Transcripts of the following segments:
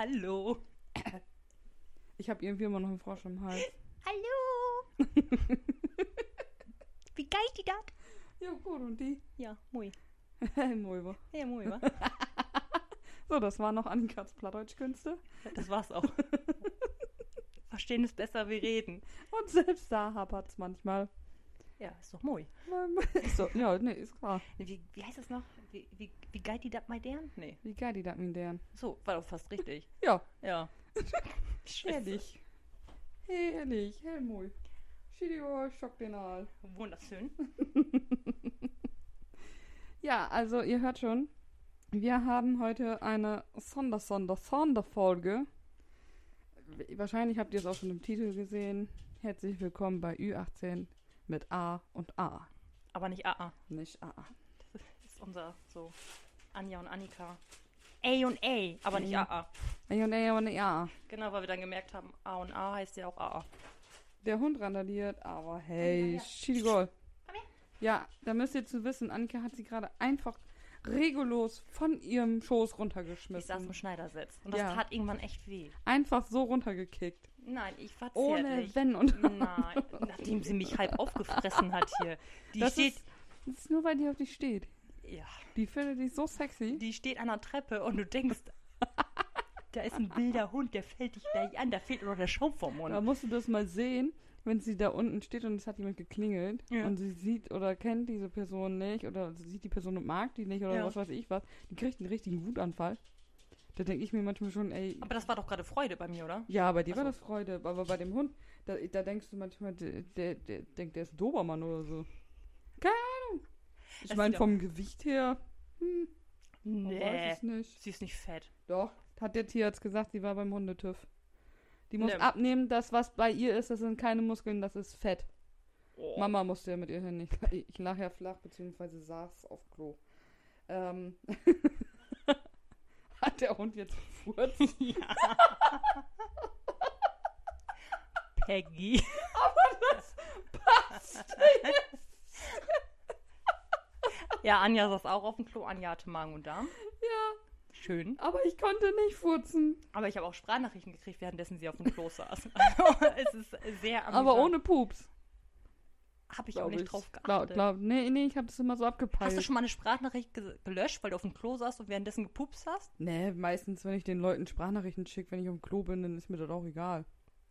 Hallo. Ich habe irgendwie immer noch einen Frosch im Hals. Hallo. Wie geil die dat? Ja, gut, und die? Ja, muy. Muy, wa? Ja, muy, wa? So, das waren noch Annikas Plattdeutschkünste. Das war's auch. Verstehen ist besser wie reden. Und selbst da hapert's manchmal. Ja, ist doch muy. So, ja, nee, ist klar. Wie heißt das noch? Wie geil die dat mal deren? Nee. Wie geil die dat mit deren? So, war doch fast richtig. Ja. Ja. Herrlich. Herrlich, Helmut. Schidio, Schockdenal. Wunderschön. Ja, also ihr hört schon, wir haben heute eine Sonderfolge. Wahrscheinlich habt ihr es auch schon im Titel gesehen. Herzlich willkommen bei Ü18 mit A und A. Aber nicht AA. Nicht A. Das ist unser, so, Anja und Annika. A und A, aber nicht AA. A und A und nicht A. Genau, weil wir dann gemerkt haben, A und A heißt ja auch AA. Der Hund randaliert, aber hey, Schidigol. Komm her. Ja, da müsst ihr zu wissen, Annika hat sie gerade einfach regellos von ihrem Schoß Ich saß runtergeschmissen. im Schneidersitz und das Ja. tat irgendwann echt weh. Einfach so runtergekickt. Nein, ich war Ohne zärtlich. Wenn und Nein, nachdem sie mich halb aufgefressen hat hier. Die das steht, das ist nur, weil die auf dich steht. ja, Die findet dich so sexy. die steht an der Treppe und du denkst, da ist ein wilder Hund, der fällt dich gleich an, da fehlt nur der Schaum vom Mund. Da musst du das mal sehen, wenn sie da unten steht und es hat jemand geklingelt Ja. und sie sieht oder kennt diese Person nicht oder sie sieht die Person und mag die nicht oder Ja. was weiß ich was. Die kriegt einen richtigen Wutanfall. Da denke ich mir manchmal schon, ey, Aber das war doch gerade Freude bei mir, oder? ja, bei dir war Ach das Freude, aber bei dem Hund, da denkst du manchmal, der denkt, der ist ein Dobermann oder so. Keine Ahnung. Ich Das meine, sieht vom Gewicht her, man weiß Nee, es nicht. sie ist nicht fett. Doch, hat der Tierarzt gesagt, sie war beim Hundetüv. Die muss Ne. abnehmen, das, was bei ihr ist, das sind keine Muskeln, das ist Fett. Oh. Mama musste ja mit ihr hin. Ich lag ja flach, beziehungsweise saß auf Klo. Hat der Hund jetzt gefurzt? Ja. Peggy. Passt. Ja, Anja saß auch auf dem Klo. Anja hatte Magen und Darm. Ja, Schön. aber ich konnte nicht furzen. Aber ich habe auch Sprachnachrichten gekriegt, währenddessen sie auf dem Klo saß. Also, es ist sehr amüsant. Aber ohne Pups. Habe ich auch glaub nicht ich. drauf geachtet. Nee, ich habe das immer so abgepeilt. Hast du schon mal eine Sprachnachricht gelöscht, weil du auf dem Klo saßt und währenddessen gepupst hast? Nee, meistens, wenn ich den Leuten Sprachnachrichten schicke, wenn ich auf dem Klo bin, dann ist mir das auch egal.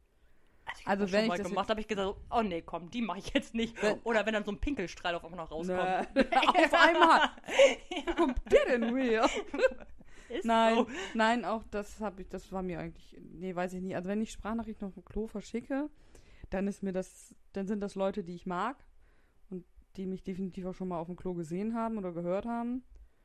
Ich Also hab das wenn schon ich mal das gemacht, habe ich gesagt, oh nee, komm, die mache ich jetzt nicht. Oder wenn dann so ein Pinkelstrahl auf einmal noch rauskommt. Auf einmal. Wo kommt der denn her? Ist Nein, so. nein, auch das war mir eigentlich, nee, weiß ich nie. Also wenn ich Sprachnachrichten auf dem Klo verschicke, dann sind das Leute, die ich mag und die mich definitiv auch schon mal auf dem Klo gesehen haben oder gehört haben.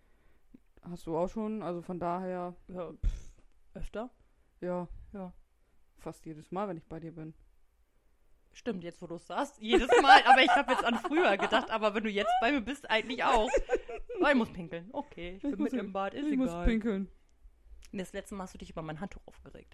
Hast du auch schon, also von daher, Ja, öfter? ja, Ja. fast jedes Mal, wenn ich bei dir bin. Stimmt, jetzt wo du es sagst, jedes Mal. Aber ich habe jetzt an früher gedacht, aber wenn du jetzt bei mir bist, eigentlich auch. Oh, ich muss pinkeln. Okay, ich bin mit im Bad, ist Ich egal. muss pinkeln. Das letzte Mal hast du dich über mein Handtuch aufgeregt.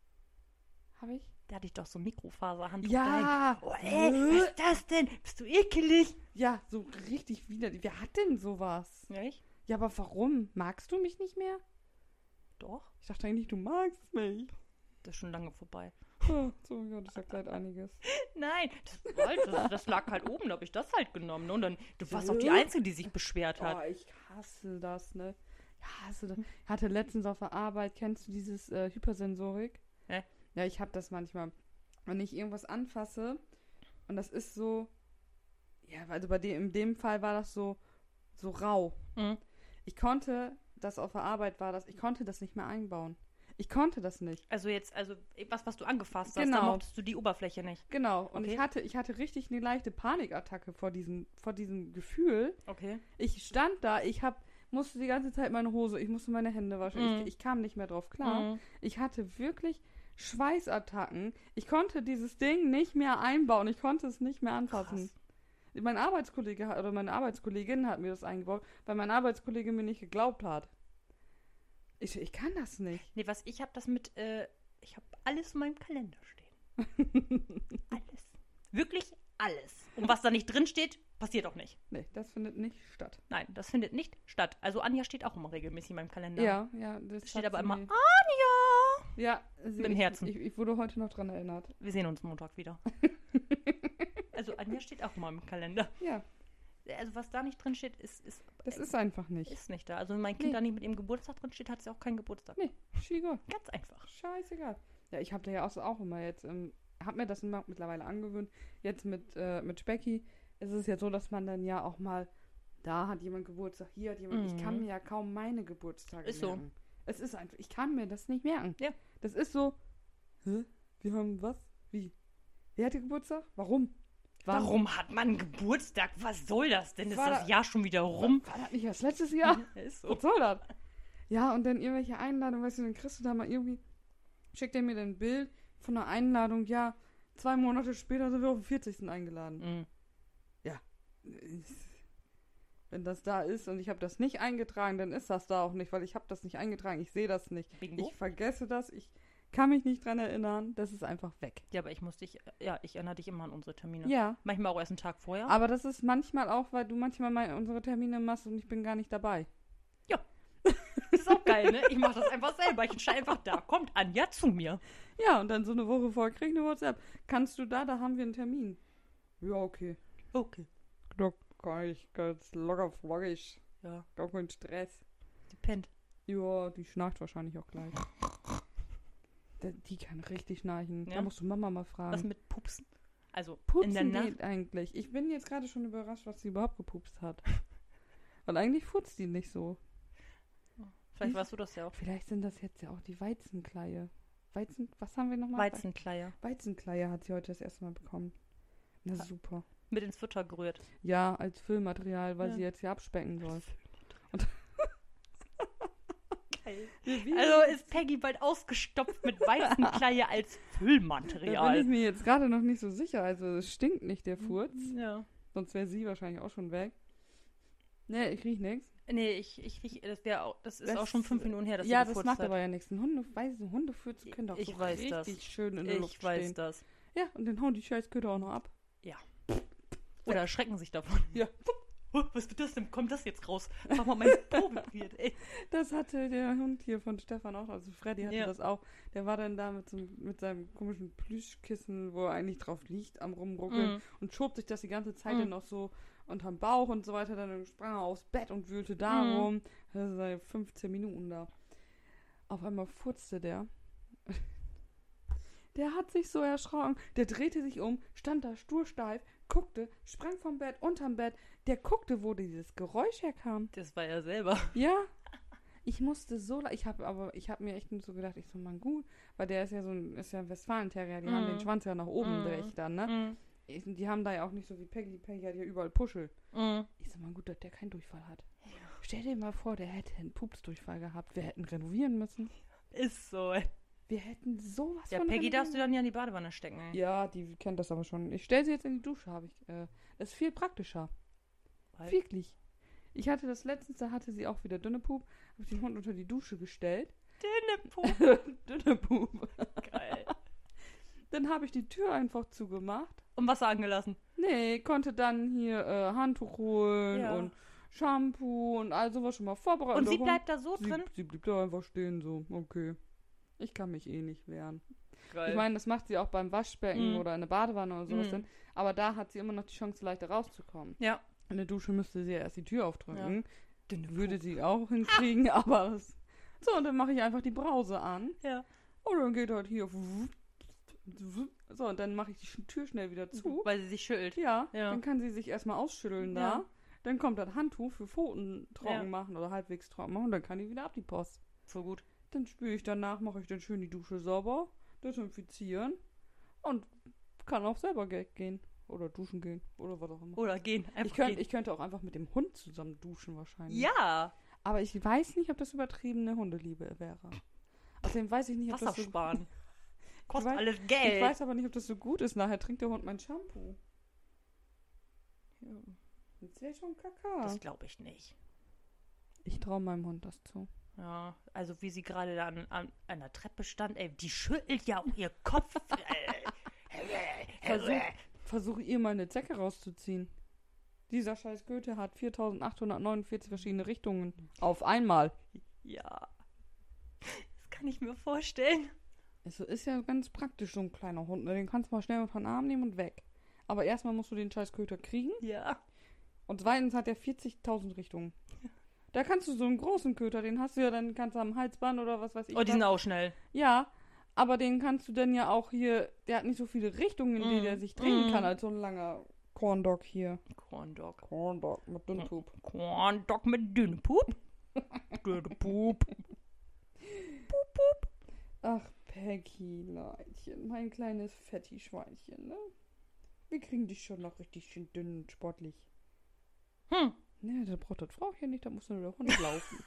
Hab ich? Da hatte ich doch so ein Mikrofaserhandtuch. Ja! Oh, was ist das denn? Bist du ekelig? Ja, so richtig widerlich. Wer hat denn sowas? Ja, ich? Ja, aber warum? Magst du mich nicht mehr? Doch. Ich dachte eigentlich, du magst mich. Das ist schon lange vorbei. So, ja, das erklärt einiges. Nein, das lag halt oben, da habe ich das halt genommen. Ne? Und dann, du warst auch die Einzige, die sich beschwert hat. Oh, ich hasse das, ne? Ich hasse das. Ich hatte letztens auf der Arbeit, kennst du dieses Hypersensorik? Hä? Ja, ich habe das manchmal. Wenn ich irgendwas anfasse und das ist so, ja, also in dem Fall war das so rau. Mhm. Ich konnte das auf der Arbeit ich konnte das nicht mehr einbauen. Ich konnte das nicht. Also was du angefasst hast, Genau. da mochtest du die Oberfläche nicht. Genau. Und Okay. ich hatte richtig eine leichte Panikattacke vor diesem Gefühl. Okay. Ich stand da, musste die ganze Zeit ich musste meine Hände waschen. Mhm. Ich kam nicht mehr drauf klar. Mhm. Ich hatte wirklich Schweißattacken. Ich konnte dieses Ding nicht mehr einbauen. Ich konnte es nicht mehr anfassen. Krass. Mein Arbeitskollege oder meine Arbeitskollegin hat mir das eingebaut, weil mein Arbeitskollege mir nicht geglaubt hat. Ich kann das nicht. Nee, ich habe das mit, ich habe alles in meinem Kalender stehen. Alles. Wirklich alles. Und was da nicht drin steht, Passiert auch nicht. Nee, das findet nicht statt. Nein, das findet nicht statt. Also Anja steht auch immer regelmäßig in meinem Kalender. Ja, ja. Das Steht hat aber sie immer mir- Anja! Ja, Mit dem Herzen. Ich wurde heute noch dran erinnert. Wir sehen uns Montag wieder. Also Anja steht auch immer im Kalender. Ja, Also was da nicht drin steht, ist das ist einfach nicht. ist nicht da. Also wenn mein Kind Nee. da nicht mit ihrem Geburtstag drin steht, hat sie auch keinen Geburtstag. Nee, Schiege. Ganz einfach. Scheißegal. Ja, ich habe da ja auch immer jetzt, habe mir das immer mittlerweile angewöhnt. Jetzt mit Specki ist es ja so, dass man dann ja auch mal, da hat jemand Geburtstag, hier hat jemand, ich kann mir ja kaum meine Geburtstage Ist so. merken. Es ist einfach, ich kann mir das nicht merken. Ja. Das ist so, wir haben was? Wie? Wer hatte Geburtstag? Warum? Warum hat man Geburtstag? Was soll das denn? Ist War das da- Jahr schon wieder rum? War das nicht das letztes Jahr? Ja, ist so. Was soll das? Ja, und dann irgendwelche Einladungen, weißt du, dann kriegst du da mal irgendwie, schickt er mir dann ein Bild von einer Einladung, ja, 2 Monate später sind wir auf den 40. eingeladen. Mhm. Wenn das da ist und ich habe das nicht eingetragen, dann ist das da auch nicht, weil ich habe das nicht eingetragen, ich sehe das nicht. Bingo. Ich vergesse das, ich kann mich nicht dran erinnern, das ist einfach weg. Ja, aber ich erinnere dich immer an unsere Termine. Ja, Manchmal auch erst einen Tag vorher. aber das ist manchmal auch, weil du manchmal unsere Termine machst und ich bin gar nicht dabei. Das ist auch geil, ne? Ich mache das einfach selber. Ich entscheide einfach, da kommt Anja zu mir. Ja, und dann so eine Woche vorher krieg ich eine WhatsApp. Kannst du da haben wir einen Termin. Ja, okay. Okay. Da kann ich ganz locker flockig. Ja, Gar kein Stress. die pennt. Ja, die schnarcht wahrscheinlich auch gleich. Die kann richtig schnarchen. Ja? Da musst du Mama mal fragen. Was mit Pupsen? Also Pupsen in der Nacht. geht eigentlich. Ich bin jetzt gerade schon überrascht, was sie überhaupt gepupst hat. Weil eigentlich furzt die nicht so. Vielleicht weißt du das ja auch. Vielleicht sind das jetzt ja auch die Weizenkleie. Was haben wir nochmal? Weizenkleier. Weizenkleie hat sie heute das erste Mal bekommen. Na super. Mit ins Futter gerührt. Ja, als Füllmaterial, weil Ja. sie jetzt hier abspecken soll. Geil. Wie- Also ist Peggy bald ausgestopft mit Weizenkleie als Da bin ich Füllmaterial. mir jetzt gerade noch nicht so sicher. Also es stinkt nicht, der Furz. Ja. Sonst wäre sie wahrscheinlich auch schon weg. Nee, ich riech nichts. Nee, ich riech, das ist Das- auch schon 5 Minuten her, dass Ja, sie das gefurzt macht hat. aber ja nichts. Hundefürze können doch Ich so weiß richtig das. schön in der Luft Ich weiß stehen. das. Ja, und dann hauen die scheiß Köder auch noch ab. Oder erschrecken sich davon. Ja. Oh, was wird das denn? Kommt das jetzt raus? Mach mal mein Po vibriert, ey. Das hatte der Hund hier von Stefan auch. Also Freddy hatte Ja. das auch. Der war dann da mit seinem komischen Plüschkissen, wo er eigentlich drauf liegt, am Rumruckeln. Mhm. Und schob sich das die ganze Zeit Mhm. dann noch so unterm Bauch und so weiter. Dann sprang er aufs Bett und wühlte da Mhm. rum. Das ist seine 15 Minuten da. Auf einmal furzte der. Der hat sich so erschrocken. Der drehte sich um, stand da stursteif, guckte, sprang vom Bett, unterm Bett. Der guckte, wo dieses Geräusch herkam. Das war er selber. Ja. Ich musste so, ich habe mir echt nur so gedacht, ich so, Mann, gut, weil der ist ja ein Westfalen-Terrier, die haben den Schwanz ja nach oben direkt dann, ne? Die haben da ja auch nicht so wie Peggy. Peggy hat ja überall Puschel. Ich so, Mann, gut, dass der keinen Durchfall hat. Stell dir mal vor, der hätte einen Pupsdurchfall gehabt. Wir hätten renovieren müssen. Ist so, ey. Wir hätten sowas Ja, von Peggy darfst du renovieren. dann ja in die Badewanne stecken, ey. Ja, die kennt das aber schon. Ich stelle sie jetzt in die Dusche, habe ich. Das ist viel praktischer. Weil- Wirklich. Ich hatte das letztens, da hatte sie auch wieder dünne Pup, habe ich den Hund unter die Dusche gestellt. Dünne Po. Dünne Pup. Geil. Dann habe ich die Tür einfach zugemacht. Und Wasser angelassen. Nee, konnte dann hier Handtuch holen Ja. und Shampoo und all sowas schon mal vorbereiten. Und Der sie Hund- bleibt da so drin? Sie blieb da einfach stehen, so, okay. Ich kann mich eh nicht wehren. Geil. Ich meine, das macht sie auch beim Waschbecken Mhm. oder in der Badewanne oder sowas. Mhm. Dann. Aber da hat sie immer noch die Chance, leichter rauszukommen. Ja. In der Dusche müsste sie ja erst die Tür aufdrücken. Dünne Würde sie auch hinkriegen, aber das... So, und dann mache ich einfach die Brause an. Ja. Und dann geht halt hier... So, und dann mache ich die Tür schnell wieder zu. Weil sie sich schüttelt. Ja, Ja. dann kann sie sich erstmal ausschütteln da. Ja. Dann kommt das Handtuch für Pfoten trocken Ja. machen oder halbwegs trocken machen und dann kann die wieder ab die Post. Voll gut. Dann spüle ich danach, mache ich dann schön die Dusche sauber, desinfizieren und kann auch selber gehen. Oder duschen gehen. Oder was auch immer. Oder gehen. Ich Einfach könnte, gehen. ich könnte auch einfach mit dem Hund zusammen duschen wahrscheinlich. Ja. Aber ich weiß nicht, ob das übertriebene Hundeliebe wäre. Außerdem weiß ich nicht, ob Wasser das so... sparen. Kostet weiß- alles Ich Geld. weiß aber nicht, ob das so gut ist. Nachher trinkt der Hund mein Shampoo. Ja, Das wäre schon Kaka. das glaube ich nicht. Ich traue meinem Hund das zu. Ja, also wie sie gerade da an der Treppe stand, ey, die schüttelt ja auch ihr Kopf. Versuch ihr mal eine Zecke rauszuziehen. Dieser scheiß Goethe hat 4849 verschiedene Richtungen. Auf einmal. Ja. Das kann ich mir vorstellen. Es ist ja ganz praktisch, so ein kleiner Hund. Ne? Den kannst du mal schnell unter den Arm nehmen und weg. Aber erstmal musst du den scheiß Köter kriegen. Ja. Und zweitens hat er 40.000 Richtungen. Da kannst du so einen großen Köter, den hast du ja dann, kannst du am Halsband oder was weiß ich. Oh, die sind auch schnell. Ja, aber den kannst du dann ja auch hier, der hat nicht so viele Richtungen, in die der sich drehen kann, als so ein langer Corndog hier. Corndog. Corndog mit dünnem Pup. Corndog mit dünnem Pup. Dünnem Pup. Pup, pup. Ach, Peggy, Leidchen, mein kleines Fetti-Schweinchen, ne? Wir kriegen dich schon noch richtig schön dünn und sportlich. Ne, da braucht das Frauchen nicht, da muss nur der Hund laufen.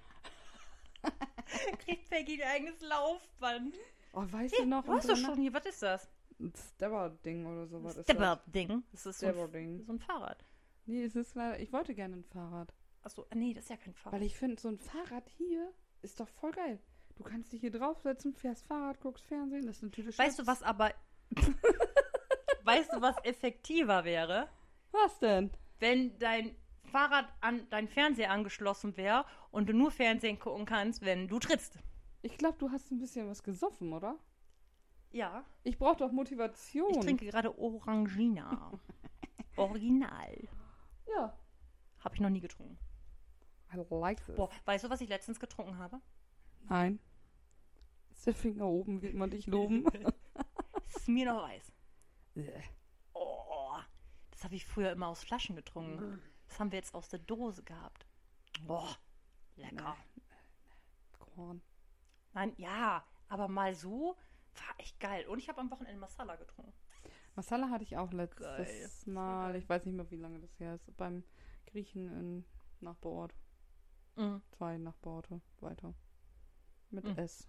Kriegt Peggy ein eigenes Laufband. Oh, weißt du noch? Du hast doch schon hier, was ist das? Ein Stepper-Ding oder so. Was ist Stepper-Ding. Das ist Stepper-Ding. so ein Fahrrad. Nee, es ist leider, ich wollte gerne ein Fahrrad. Achso, nee, das ist ja kein Fahrrad. Weil ich finde, so ein Fahrrad hier ist doch voll geil. Du kannst dich hier draufsetzen, fährst Fahrrad, guckst Fernsehen, das ist natürlich Weißt du, was aber... Weißt du, was effektiver wäre? Was denn? Wenn dein Fahrrad an dein Fernseher angeschlossen wäre und du nur Fernsehen gucken kannst, wenn du trittst. Ich glaube, du hast ein bisschen was gesoffen, oder? Ja. Ich brauche doch Motivation. Ich trinke gerade Orangina. Original. Ja. Habe ich noch nie getrunken. I like this. Boah, weißt du, was ich letztens getrunken habe? Nein. Ist der Finger oben, wird man dich loben? Smirnoff Eis. Oh, das habe ich früher immer aus Flaschen getrunken. Das haben wir jetzt aus der Dose gehabt. Boah, lecker. Korn. Nein, ja, aber mal so war echt geil. Und ich habe am Wochenende Masala getrunken. Masala hatte ich auch letztes Geil. Mal. Ich weiß nicht mehr, wie lange das her ist. Beim Griechen in Nachbarort. 2 Nachbarorte weiter. Mit S.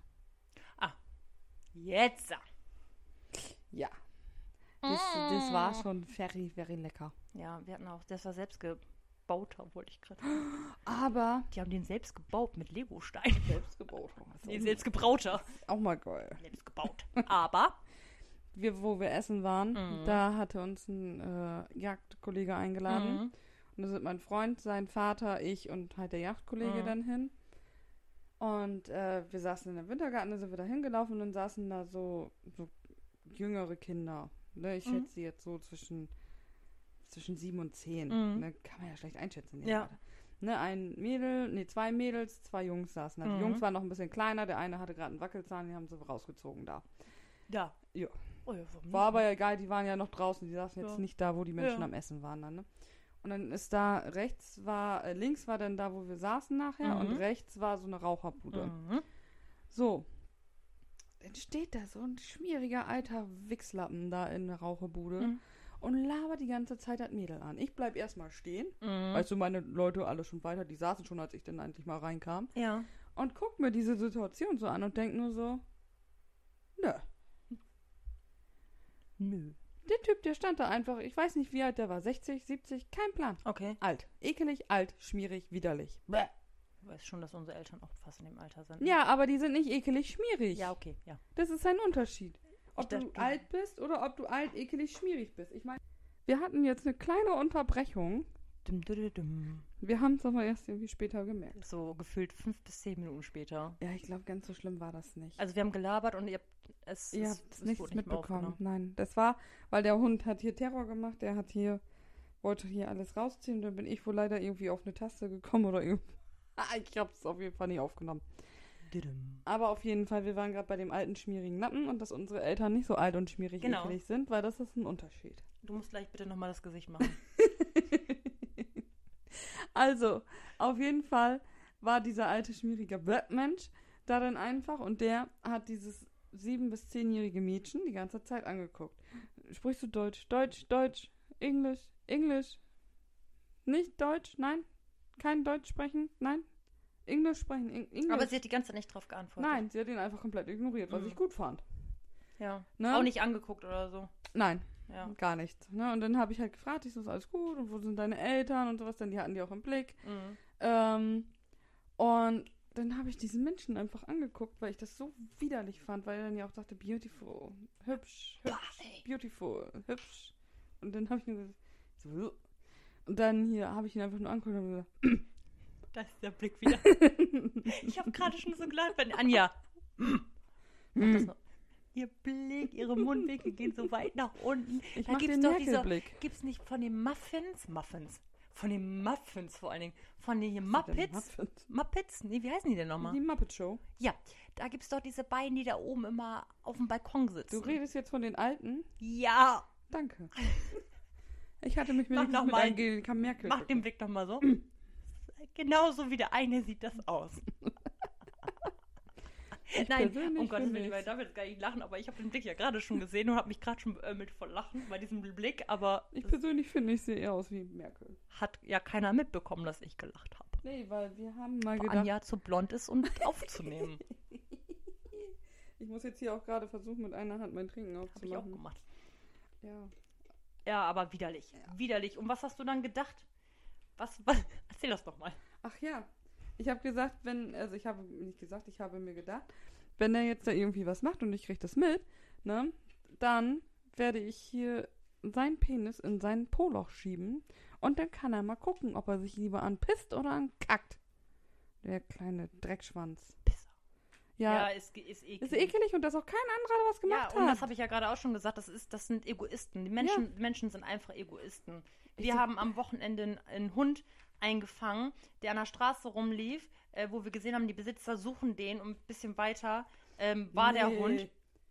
Jetzt. Ja. Das war schon very, very lecker. Ja, wir hatten auch, das war selbstgebauter, wollte ich gerade. Aber Die haben den selbst gebaut mit Legosteinen. selbst gebaut. Nee, selbst gebrauter. Auch mal geil. Selbst gebaut. Aber. Wo wir essen waren, da hatte uns ein Jagdkollege eingeladen. Und da sind mein Freund, sein Vater, ich und halt der Jagdkollege dann hin. Und wir saßen in der Wintergarten, da sind wir da hingelaufen und dann saßen da so jüngere Kinder. Ne? Ich schätze sie jetzt so zwischen 7 und 10. Ne? Kann man ja schlecht einschätzen. Ja. Ne, 2 Mädels, 2 Jungs saßen da. Die Jungs waren noch ein bisschen kleiner, der eine hatte gerade einen Wackelzahn, die haben sie rausgezogen da. Ja. Ja. Oh, ja, warum War nicht? aber ja egal, die waren ja noch draußen, die saßen jetzt nicht da, wo die Menschen am Essen waren dann, ne? Und dann ist da links war dann da, wo wir saßen nachher und rechts war so eine Raucherbude. So. Dann steht da so ein schmieriger alter Wichslappen da in der Raucherbude und labert die ganze Zeit das Mädel an. Ich bleib erstmal stehen. Weißt du, meine Leute alle schon weiter, die saßen schon, als ich dann endlich mal reinkam. Ja. Und guck mir diese Situation so an und denk nur so, Nö. Der Typ, der stand da einfach, ich weiß nicht, wie alt der war, 60, 70, kein Plan. Okay. Alt. Ekelig, alt, schmierig, widerlich. Bäh. Du weißt schon, dass unsere Eltern auch fast in dem Alter sind. Ja, aber die sind nicht ekelig, schmierig. Ja, okay, ja. Das ist ein Unterschied. Ob Ich dachte, du alt bist oder ob du alt, ekelig, schmierig bist. Ich meine, wir hatten jetzt eine kleine Unterbrechung. Wir haben es aber erst irgendwie später gemerkt. So gefühlt 5 bis 10 Minuten später. Ja, ich glaube, ganz so schlimm war das nicht. Also wir haben gelabert und ihr habt es nichts wurde nicht mehr mitbekommen. aufgenommen. Nein, das war, weil der Hund hat hier Terror gemacht. Der wollte hier alles rausziehen. Dann bin ich wohl leider irgendwie auf eine Taste gekommen oder irgendwie. Ich habe es auf jeden Fall nicht aufgenommen. Aber auf jeden Fall, wir waren gerade bei dem alten, schmierigen Lappen und dass unsere Eltern nicht so alt und schmierig eklig sind, weil das ist ein Unterschied. Du musst gleich bitte nochmal das Gesicht machen. Also, auf jeden Fall war dieser alte, schmierige Mensch da dann einfach und der hat dieses 7- bis 10-jährige Mädchen die ganze Zeit angeguckt. Sprichst du Deutsch? Deutsch, Deutsch, Englisch, Englisch. Nicht Deutsch? Nein? Kein Deutsch sprechen? Nein? Englisch sprechen? Englisch. Aber sie hat die ganze Zeit nicht drauf geantwortet. Nein, sie hat ihn einfach komplett ignoriert, was ich gut fand. Ja. Ne? Auch nicht angegukt oder so. Nein, Ja. gar nichts. Ne? Und dann habe ich halt gefragt, ist das alles gut? Und wo sind deine Eltern und sowas? Denn die hatten die auch im Blick. Und dann habe ich diesen Menschen einfach angeguckt, weil ich das so widerlich fand, weil er dann ja auch sagte, beautiful, hübsch, Bah, ey. beautiful, hübsch. Und dann habe ich mir gesagt, so. Und dann hier habe ich ihn einfach nur angeguckt und gesagt, Da ist der Blick wieder. Ich habe gerade schon so gelacht, wenn Anja. Macht das noch. Ihr Blick, ihre Mundwinkel gehen so weit nach unten. Ich Da mach gibt's den doch diese, Merkel-Blick. gibt's nicht von den Muffins, von den Muffins vor allen Dingen, von den hier Muppets, nee, wie heißen die denn nochmal? Die Muppet Show. Ja, da gibt's doch diese beiden, die da oben immer auf dem Balkon sitzen. Du redest jetzt von den Alten? Ja, Danke. Ich hatte mich Mach mit noch mal Angelika Merkel. mach den Blick nochmal so. Genauso wie der eine sieht das aus. Nein, persönlich um Gottes finde Willen, ich ich's- darf jetzt gar nicht lachen, aber ich habe den Blick ja gerade schon gesehen und habe mich gerade schon mit voll Lachen bei diesem Blick, aber Ich persönlich finde, ich sehe eher aus wie Merkel. hat ja keiner mitbekommen, dass ich gelacht habe. Nee, weil wir haben mal Weil gedacht, Anja zu blond ist und aufzunehmen. ich muss jetzt hier auch gerade versuchen, mit einer Hand mein Trinken Habe ich auch aufzumachen. gemacht. Ja. Ja, aber widerlich. Widerlich. Und was hast du dann gedacht? Was? Erzähl das doch mal. Ach ja, ich habe gesagt, ich habe nicht gesagt, ich habe mir gedacht, wenn er jetzt da irgendwie was macht und ich kriege das mit, ne, dann werde ich hier seinen Penis in sein Po-Loch schieben und dann kann er mal gucken, ob er sich lieber anpisst oder ankackt. Der kleine Dreckschwanz. Pisser. Ja, ist eklig. ist ekelig und dass auch kein anderer was gemacht Ja, und hat. das habe ich ja gerade auch schon gesagt, das sind Egoisten. Die Menschen sind einfach Egoisten. Ich Wir seh- haben am Wochenende einen Hund eingefangen, der an der Straße rumlief, wo wir gesehen haben, die Besitzer suchen den und ein bisschen weiter war der Hund.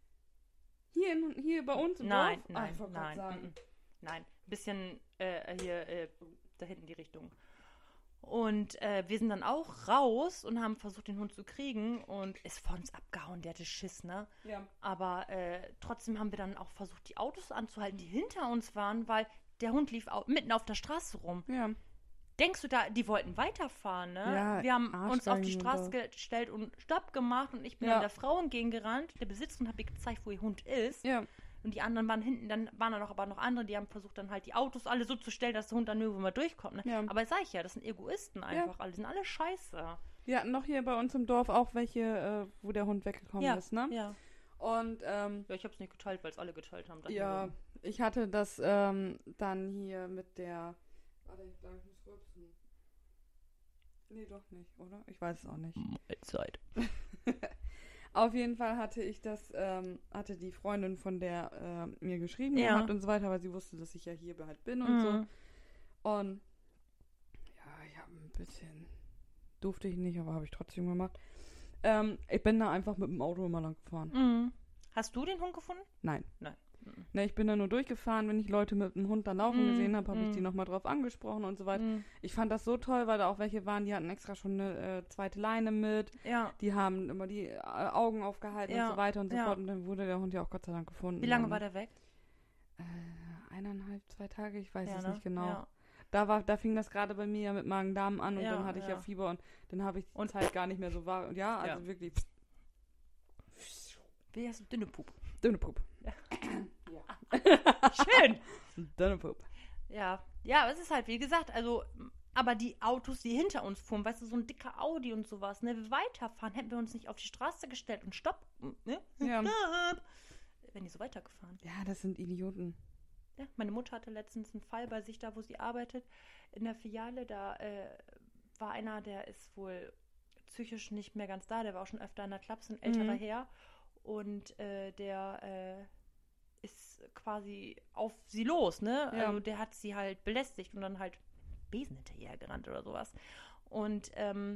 Hier bei uns im Nein, Dorf? Ah, ich nein, wollte grad nein, sagen. nein. Ein bisschen hier, da hinten die Richtung. Und wir sind dann auch raus und haben versucht, den Hund zu kriegen und ist von uns abgehauen, der hatte Schiss, ne? Ja. Aber trotzdem haben wir dann auch versucht, die Autos anzuhalten, die hinter uns waren, weil der Hund lief mitten auf der Straße rum. Ja. Denkst du da, die wollten weiterfahren, ne? Ja, Wir haben uns auf die Arschgeigen Straße und gestellt und Stopp gemacht und ich bin Ja. an der Frau entgegengerannt, der Besitzerin habe ich gezeigt, wo ihr Hund ist. Ja. Und die anderen waren hinten, dann waren da noch aber noch andere, die haben versucht dann halt die Autos alle so zu stellen, dass der Hund dann nirgendwo mal durchkommt. Ne? Ja. Aber das sag ich ja, das sind Egoisten einfach alle, die sind alle scheiße. Wir hatten noch hier bei uns im Dorf auch welche, wo der Hund weggekommen ist, ne? Ja. Und, Ja, ich habe es nicht geteilt, weil es alle geteilt haben. Dachte ja, mir ich hatte das dann hier mit der. Warte, ich glaube, ich muss rülpsen. Nee, doch nicht, oder? Ich weiß es auch nicht. so, Zeit. Auf jeden Fall hatte ich das, hatte die Freundin von der mir geschrieben Ja. gehabt und so weiter, weil sie wusste, dass ich ja hier halt bin und so. Und ja, ich habe ein bisschen, durfte ich nicht, aber habe ich trotzdem gemacht. Ich bin da einfach mit dem Auto immer lang gefahren. Mhm. Hast du den Hund gefunden? Nein. Nein. Mhm. Ne, ich bin da nur durchgefahren, wenn ich Leute mit dem Hund dann laufen gesehen habe, habe ich mm. die nochmal drauf angesprochen und so weiter. Mhm. Ich fand das so toll, weil da auch welche waren, die hatten extra schon eine zweite Leine mit. Ja. Die haben immer die Augen aufgehalten Ja, und so weiter und so ja. fort. Und dann wurde der Hund ja auch Gott sei Dank gefunden. Wie lange dann. war der weg? 1,5, 2 Tage, ich weiß Ja, es ne? nicht genau. Ja. Da fing das gerade bei mir ja mit Magen-Darm an und Ja, dann hatte ich ja ja. Fieber und dann habe ich die Und- Zeit gar nicht mehr so wahr. Und ja, also Ja. wirklich Wie heißt du? Dünne Pup. dünne Pup. Schön. Dünne Pup. Ja, ja, es ist halt, wie gesagt, also, aber die Autos, die hinter uns fuhren, weißt du, so ein dicker Audi und sowas, ne, wir weiterfahren, hätten wir uns nicht auf die Straße gestellt und stopp, ne? Ja. Wenn die so weitergefahren. Ja, das sind Idioten. Ja, meine Mutter hatte letztens einen Fall bei sich da, wo sie arbeitet, in der Filiale, da war einer, der ist wohl psychisch nicht mehr ganz da, der war auch schon öfter in der Klapse, ein älterer Herr und der ist quasi auf sie los, ne? Ja. Also der hat sie halt belästigt und dann halt Besen hinterher gerannt oder sowas. Und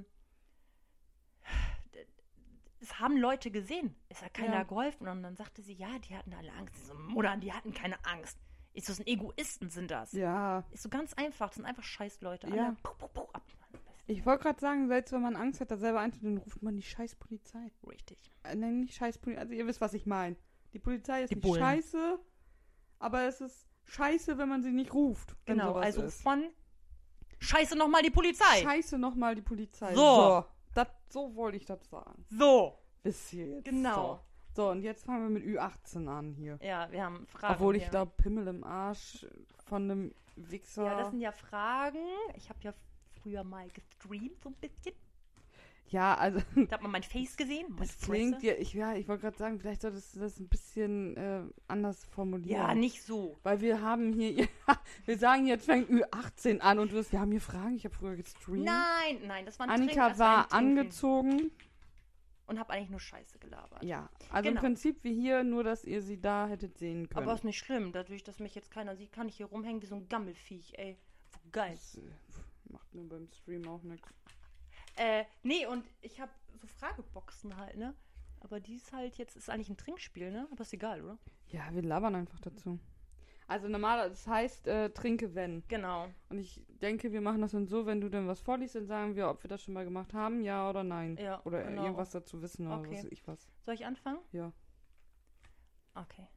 es haben Leute gesehen. Es hat keiner Ja. geholfen. Und dann sagte sie, ja, die hatten alle Angst. Ich so, Mutter, die hatten keine Angst. Ich so, das sind Egoisten sind das. Ja. Ist so ganz einfach. Das sind einfach Scheißleute. Ja. Alle, puh, ab. Ich wollte gerade sagen, selbst wenn man Angst hat, da selber einzudringen, ruft man die scheiß Polizei. Richtig. Nein, nicht scheiß Polizei. Also ihr wisst, was ich meine. Die Polizei ist Die nicht Bullen. scheiße, aber es ist scheiße, wenn man sie nicht ruft. Wenn Genau, sowas also ist. von Scheiße nochmal die Polizei. Scheiße nochmal die Polizei. So. So wollte ich das sagen. So. Bis hier jetzt. Genau. So, und jetzt fangen wir mit Ü18 an hier. Ja, wir haben Fragen. Obwohl ich hier. glaube, Pimmel im Arsch von einem Wichser. Ja, das sind ja Fragen. Ich habe ja früher mal gestreamt, so ein bisschen. Ja, also Da hat man mein Face gesehen. Meine das klingt Fresse. ich wollte gerade sagen, vielleicht solltest du das ein bisschen anders formulieren. Ja, nicht so. Weil wir haben hier, wir sagen jetzt fängt Ü18 an und wir haben hier Fragen. Ich habe früher gestreamt. Nein, das war ein Annika das war war ein Trinken. angezogen. Und hab eigentlich nur Scheiße gelabert. Ja, also Genau. im Prinzip wie hier, nur dass ihr sie da hättet sehen können. Aber ist nicht schlimm. Dadurch, dass mich jetzt keiner sieht, kann ich hier rumhängen wie so ein Gammelviech, ey. Geil. Das macht mir beim Stream auch nichts. Nee, und ich habe so Frageboxen halt, ne? Aber die ist halt jetzt, ist eigentlich ein Trinkspiel, ne? Aber ist egal, oder? Ja, wir labern einfach dazu. Also normal, das heißt, trinke wenn. Genau. Und ich denke, wir machen das dann so, wenn du dann was vorliest, dann sagen wir, ob wir das schon mal gemacht haben, ja oder nein. Ja, Oder genau. irgendwas dazu wissen oder Okay. was weiß ich was. Soll ich anfangen? Ja. Okay.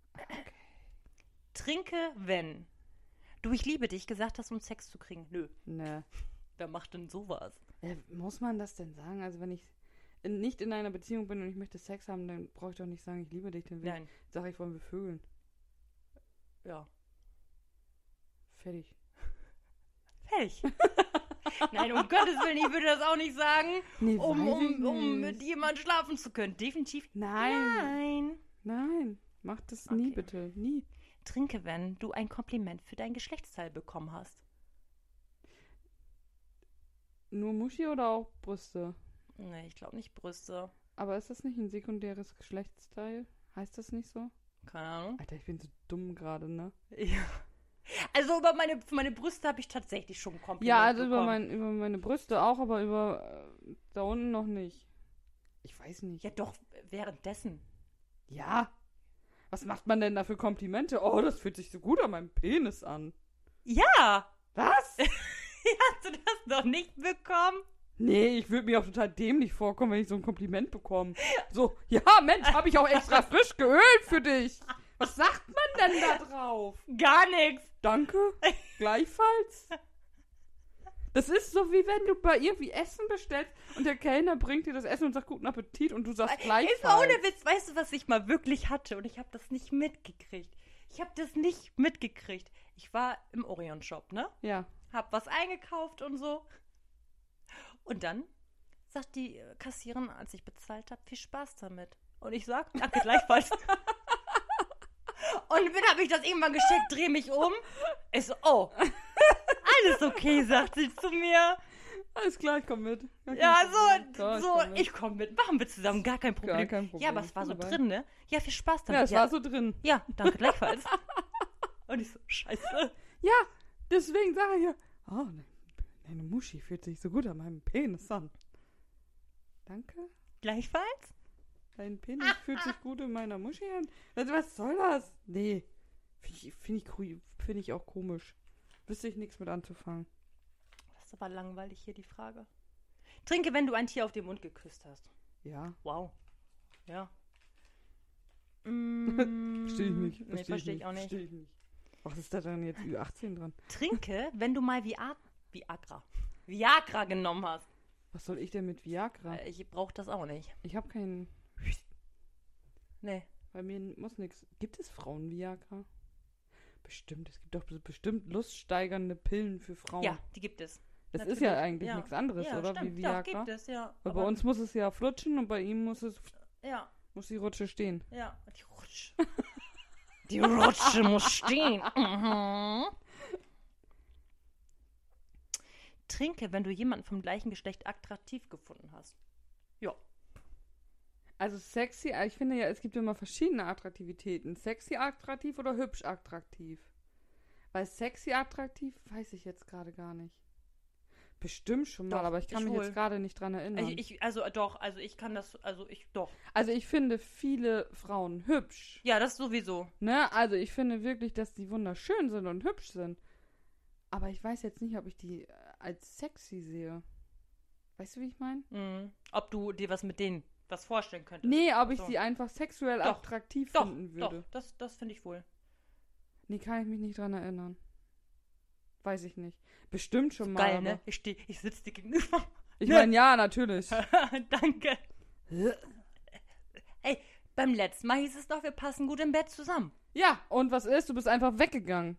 Trinke, wenn du ich liebe dich gesagt hast, um Sex zu kriegen. Nö. Ne. Wer macht denn sowas? Muss man das denn sagen? Also wenn ich nicht in einer Beziehung bin und ich möchte Sex haben, dann brauche ich doch nicht sagen, ich liebe dich. Dann Nein. sage ich, wollen wir vögeln. Ja. Fertig. Fertig. Nein, um Gottes Willen, ich würde das auch nicht sagen, Nee, um weiß ich mit nicht. jemandem schlafen zu können. Definitiv Nein. nein. Mach das nie, Okay. bitte. Nie. Trinke, wenn du ein Kompliment für dein Geschlechtsteil bekommen hast. Nur Muschi oder auch Brüste? Nee, ich glaube nicht Brüste. Aber ist das nicht ein sekundäres Geschlechtsteil? Heißt das nicht so? Keine Ahnung. Alter, ich bin so dumm gerade, ne? Ja. Also über meine Brüste habe ich tatsächlich schon ein Kompliment Ja, also über bekommen. meine Brüste auch, aber über da unten noch nicht. Ich weiß nicht. Ja, doch, währenddessen. Ja. Was macht man denn da für Komplimente? Oh, das fühlt sich so gut an meinem Penis an. Ja! Was? Hast du das noch nicht bekommen? Nee, ich würde mir auch total dämlich vorkommen, wenn ich so ein Kompliment bekomme. So, ja, Mensch, habe ich auch extra frisch geölt für dich. Was sagt man denn da drauf? Gar nichts. Danke. Gleichfalls. Das ist so, wie wenn du bei irgendwie Essen bestellst und der Kellner bringt dir das Essen und sagt guten Appetit und du sagst gleichfalls. Ist ohne Witz, weißt du, was ich mal wirklich hatte? Und ich habe das nicht mitgekriegt. Ich war im Orion-Shop, ne? Ja. Hab was eingekauft und so. Und dann sagt die Kassiererin, als ich bezahlt habe, viel Spaß damit. Und ich sag, danke gleichfalls. Und dann habe ich das irgendwann gesteckt, drehe mich um. Ich so, oh, alles okay, sagt sie zu mir. Alles klar, ich komm mit. Ja, Ich ich komme mit, machen wir zusammen, gar kein Problem. Gar kein Problem. Ja, aber es war so Dabei. drin, ne? Ja, viel Spaß damit. Ja, es war so drin. Ja, danke gleichfalls. Und ich so, scheiße. Ja, deswegen sage ich ja, oh, deine Muschi fühlt sich so gut an meinem Penis an. Danke. Gleichfalls? Dein Penis fühlt sich gut in meiner Muschi an. Was soll das? Nee. Find ich auch komisch. Wüsste ich nichts mit anzufangen. Das ist aber langweilig hier, die Frage. Trinke, wenn du ein Tier auf den Mund geküsst hast. Ja. Wow. Ja. Verstehe ich nicht. Nee, verstehe ich auch nicht. Verstehe ich nicht. Was ist da dann jetzt Ü18 dran? Trinke, wenn du mal Viagra genommen hast. Was soll ich denn mit Viagra? Ich brauche das auch nicht. Ich habe keinen. Nee. Bei mir muss nichts. Gibt es Frauen-Viagra? Bestimmt. Es gibt doch bestimmt luststeigernde Pillen für Frauen. Ja, die gibt es. Das natürlich. ist ja eigentlich Ja. nichts anderes, Ja, oder? stimmt. Wie Doch, Viagra. gibt es, ja. Weil bei uns muss es ja flutschen und bei ihm muss die Rutsche stehen. Ja, die Rutsche. Die Rutsche muss stehen. Mhm. Trinke, wenn du jemanden vom gleichen Geschlecht attraktiv gefunden hast. Ja. Also sexy, ich finde ja, es gibt immer verschiedene Attraktivitäten. Sexy attraktiv oder hübsch attraktiv? Weil sexy attraktiv weiß ich jetzt gerade gar nicht. Bestimmt schon mal, Doch, aber ich kann ich mich wohl. jetzt gerade nicht dran erinnern. Also ich finde viele Frauen hübsch. Ja, das sowieso. Ne? Also ich finde wirklich, dass die wunderschön sind und hübsch sind. Aber ich weiß jetzt nicht, ob ich die als sexy sehe. Weißt du, wie ich meine? Mhm. Ob du dir mit denen was vorstellen könntest. Nee, ob ich So. sie einfach sexuell Doch, attraktiv Doch, finden würde. doch, das finde ich wohl. Nee, kann ich mich nicht dran erinnern. Weiß ich nicht. Bestimmt schon mal. Geil, aber ne? Ich sitze dir gegenüber. Ich meine, ja, natürlich. Danke. Ey, beim letzten Mal hieß es doch, wir passen gut im Bett zusammen. Ja, und was ist? Du bist einfach weggegangen.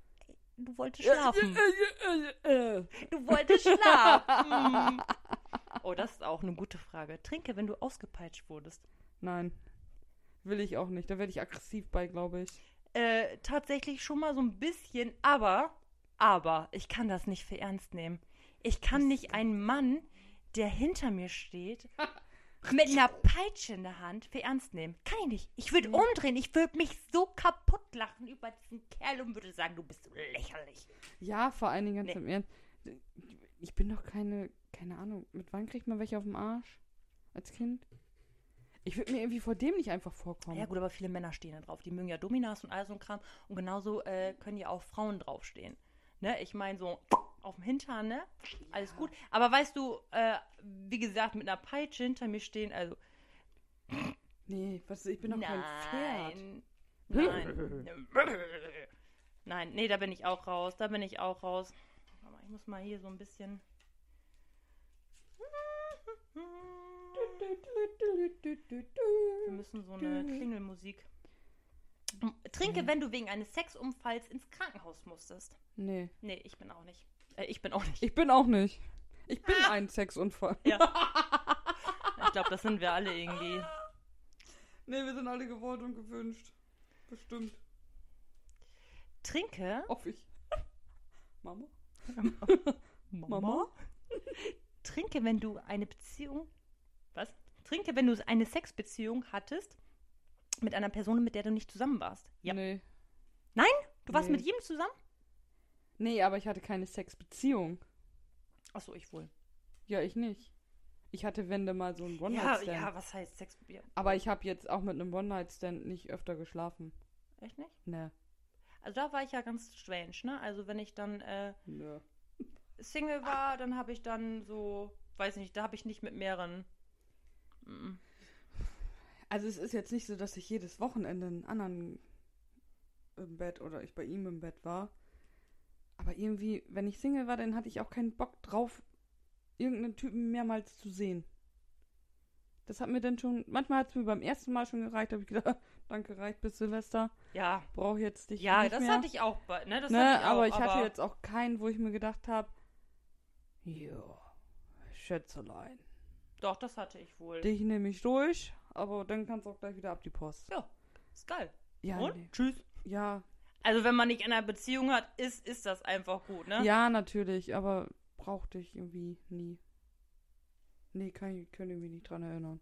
Du wolltest schlafen. Du wolltest schlafen. Oh, das ist auch eine gute Frage. Trinke, wenn du ausgepeitscht wurdest. Nein. Will ich auch nicht. Da werde ich aggressiv bei, glaube ich. Tatsächlich schon mal so ein bisschen, aber ich kann das nicht für ernst nehmen. Ich kann nicht einen Mann, der hinter mir steht, mit einer Peitsche in der Hand für ernst nehmen. Kann ich nicht. Ich würde umdrehen. Ich würde mich so kaputt lachen über diesen Kerl und würde sagen, du bist so lächerlich. Ja, vor allen Dingen ganz im Ernst. Ich bin doch keine Ahnung. Mit wann kriegt man welche auf dem Arsch? Als Kind? Ich würde mir irgendwie vor dem nicht einfach vorkommen. Ja gut, aber viele Männer stehen da drauf. Die mögen ja Dominas und all so ein Kram. Und genauso können ja auch Frauen draufstehen. Ne? Ich meine so auf dem Hintern, ne? Alles gut. Aber weißt du, wie gesagt, mit einer Peitsche hinter mir stehen, also... Nee, ich bin doch kein Pferd. Nein, nee, da bin ich auch raus. Aber ich muss mal hier so ein bisschen... Wir müssen so eine Klingelmusik. Trinke, wenn du wegen eines Sexunfalls ins Krankenhaus musstest. Nee. Nee, ich bin auch nicht. Ich bin auch nicht. Ich bin auch nicht. Ich bin ein Sexunfall. Ja. Ich glaube, das sind wir alle irgendwie. Nee, wir sind alle gewollt und gewünscht. Bestimmt. Trinke. Hoffe ich. Mama? Mama? Trinke, wenn du eine Beziehung... Was? Trinke, wenn du eine Sexbeziehung hattest mit einer Person, mit der du nicht zusammen warst. Ja. Nee. Nein? Du warst mit jedem zusammen? Nee, aber ich hatte keine Sexbeziehung. Achso, ich wohl. Ja, ich nicht. Ich hatte, wenn mal so ein One-Night-Stand. Ja, was heißt Sex? Ja. Aber ich habe jetzt auch mit einem One-Night-Stand nicht öfter geschlafen. Echt nicht? Nee. Also da war ich ja ganz strange, ne? Also wenn ich dann Nö. Single war, dann habe ich dann so, weiß nicht, da habe ich nicht mit mehreren... Also es ist jetzt nicht so, dass ich jedes Wochenende einen anderen im Bett oder ich bei ihm im Bett war. Aber irgendwie, wenn ich Single war, dann hatte ich auch keinen Bock drauf, irgendeinen Typen mehrmals zu sehen. Das hat mir dann schon, manchmal hat es mir beim ersten Mal schon gereicht, habe ich gedacht, danke, reicht bis Silvester. Ja. Brauche jetzt dich ja, nicht das mehr. hatte ich auch, ne? Das ne, hatte ich auch, aber ich hatte jetzt auch keinen, wo ich mir gedacht habe, jo, Schätzelein. Doch, das hatte ich wohl. Dich nehme ich durch, aber dann kannst du auch gleich wieder ab die Post. Ja, ist geil. Ja, und? Nee. Tschüss. Ja. Also wenn man nicht in einer Beziehung hat, ist das einfach gut, ne? Ja, natürlich, aber brauchte ich irgendwie nie. Nee, kann ich mich nicht dran erinnern.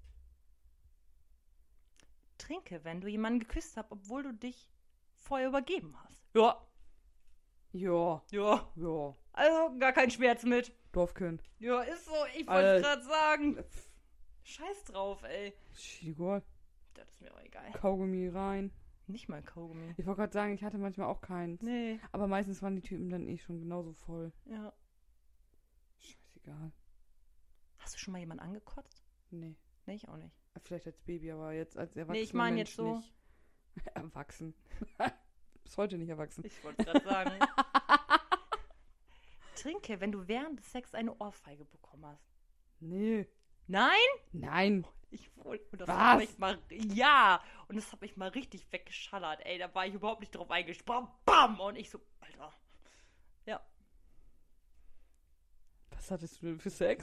Trinke, wenn du jemanden geküsst hast, obwohl du dich vorher übergeben hast. Ja. Ja. Ja. Ja. Also gar kein Schmerz mit. Dorfkind. Ja, ist so. Ich wollte es gerade sagen. Scheiß drauf, ey. Egal. Das ist mir auch egal. Kaugummi rein. Nicht mal Kaugummi. Ich wollte gerade sagen, ich hatte manchmal auch keins. Nee. Aber meistens waren die Typen dann schon genauso voll. Ja. Scheißegal. Hast du schon mal jemanden angekotzt? Nee. Nee, ich auch nicht. Vielleicht als Baby, aber jetzt als Erwachsener. Nee, ich meine Mensch jetzt so. Nicht. Erwachsen. Bis heute nicht erwachsen. Ich wollte gerade sagen. Trinke, wenn du während des Sex eine Ohrfeige bekommen hast. Nee. Nein? Nein. Ich wohl. Und das Was? hat mich mal, ja. Und das hat mich mal richtig weggeschallert. Ey, da war ich überhaupt nicht drauf eingesprungen. Bam! Und ich so, Alter. Ja. Was hattest du denn für Sex?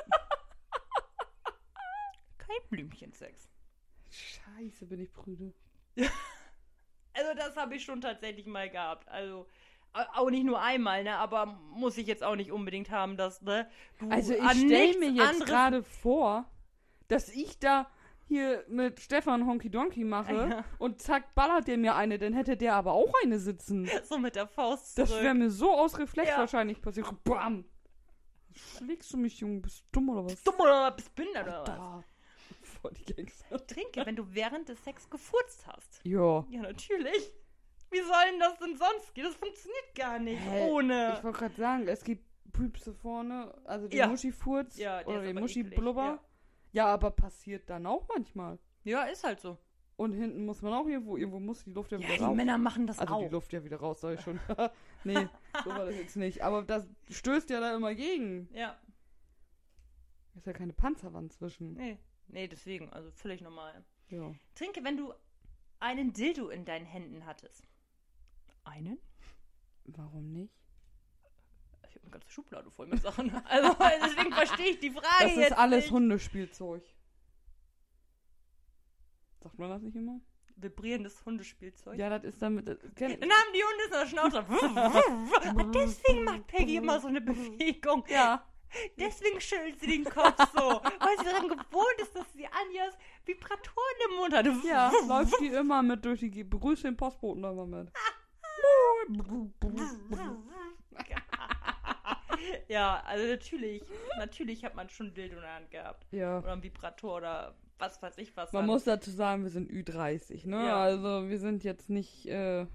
Kein Blümchensex. Scheiße, bin ich prüde. Also das habe ich schon tatsächlich mal gehabt. Also auch nicht nur einmal, ne? Aber muss ich jetzt auch nicht unbedingt haben, dass, ne? Also ich stelle mir jetzt gerade vor, dass ich da hier mit Stefan Honky Donkey mache und zack, ballert der mir eine, dann hätte der aber auch eine sitzen. So mit der Faust zurück. Das wäre mir so aus Reflex wahrscheinlich passiert. Bam! Schlägst du mich, Junge? Bist du dumm oder was? Bist du dumm oder bist behindert oder was? Da. Voll die Gangster. Trinke, wenn du während des Sex gefurzt hast. Ja. Ja, natürlich. Wie soll denn das denn sonst gehen? Das funktioniert gar nicht ohne. Ich wollte gerade sagen, es gibt Püpse vorne, also den Muschifurz oder den Muschiblubber. Ja, aber passiert dann auch manchmal. Ja, ist halt so. Und hinten muss man auch irgendwo muss die Luft ja wieder raus. Ja, die Männer machen das also auch. Also die Luft ja wieder raus, sag ich schon. Nee, so war das jetzt nicht. Aber das stößt ja da immer gegen. Ja. Ist ja keine Panzerwand zwischen. Nee, deswegen, also völlig normal. Ja. Trinke, wenn du einen Dildo in deinen Händen hattest. Einen? Warum nicht? ich habe eine ganze Schublade voll mit Sachen. Also deswegen verstehe ich die Frage Das jetzt ist alles nicht. Hundespielzeug. Sagt man das nicht immer? Vibrierendes Hundespielzeug. Ja, das ist damit... Dann haben die Hunde so eine Schnauze. Und deswegen mag Peggy immer so eine Bewegung. Ja. Deswegen schüttelt sie den Kopf so. Weil sie daran gewohnt ist, dass sie Anjas Vibratoren im Mund hat. Ja, läuft die immer mit durch die... Begrüßt den Postboten da immer mit. Ja, also natürlich hat man schon ein Dildo in der Hand gehabt. Ja. Oder ein Vibrator oder was weiß ich was. Man muss dazu sagen, wir sind Ü30, ne? Ja. Also wir sind jetzt nicht 12.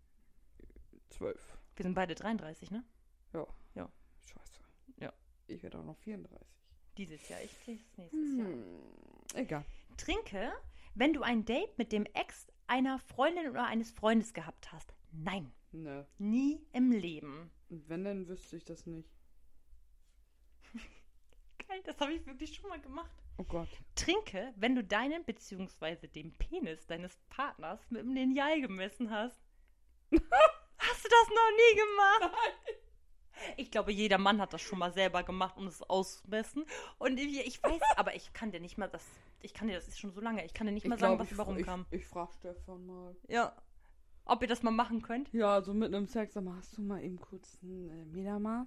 Wir sind beide 33, ne? Scheiße. Ja. Ich werde auch noch 34. Dieses Jahr, ich kriege es nächstes Jahr. Egal. Trinke, wenn du ein Date mit dem Ex einer Freundin oder eines Freundes gehabt hast. Nein, Ne. nie im Leben. Und wenn, dann wüsste ich das nicht. Geil, das habe ich wirklich schon mal gemacht. Oh Gott. Trinke, wenn du deinen bzw. den Penis deines Partners mit dem Lineal gemessen hast. Hast du das noch nie gemacht? Ich glaube, jeder Mann hat das schon mal selber gemacht, um es auszumessen. Und ich weiß, aber ich kann dir nicht mal das ist schon so lange, ich kann dir nicht mal sagen, was dabei rumkam. Ich frage Stefan mal. Ja. Ob ihr das mal machen könnt? Ja, so mitten im Sex, sag mal, hast du mal eben kurz ein Metermaß?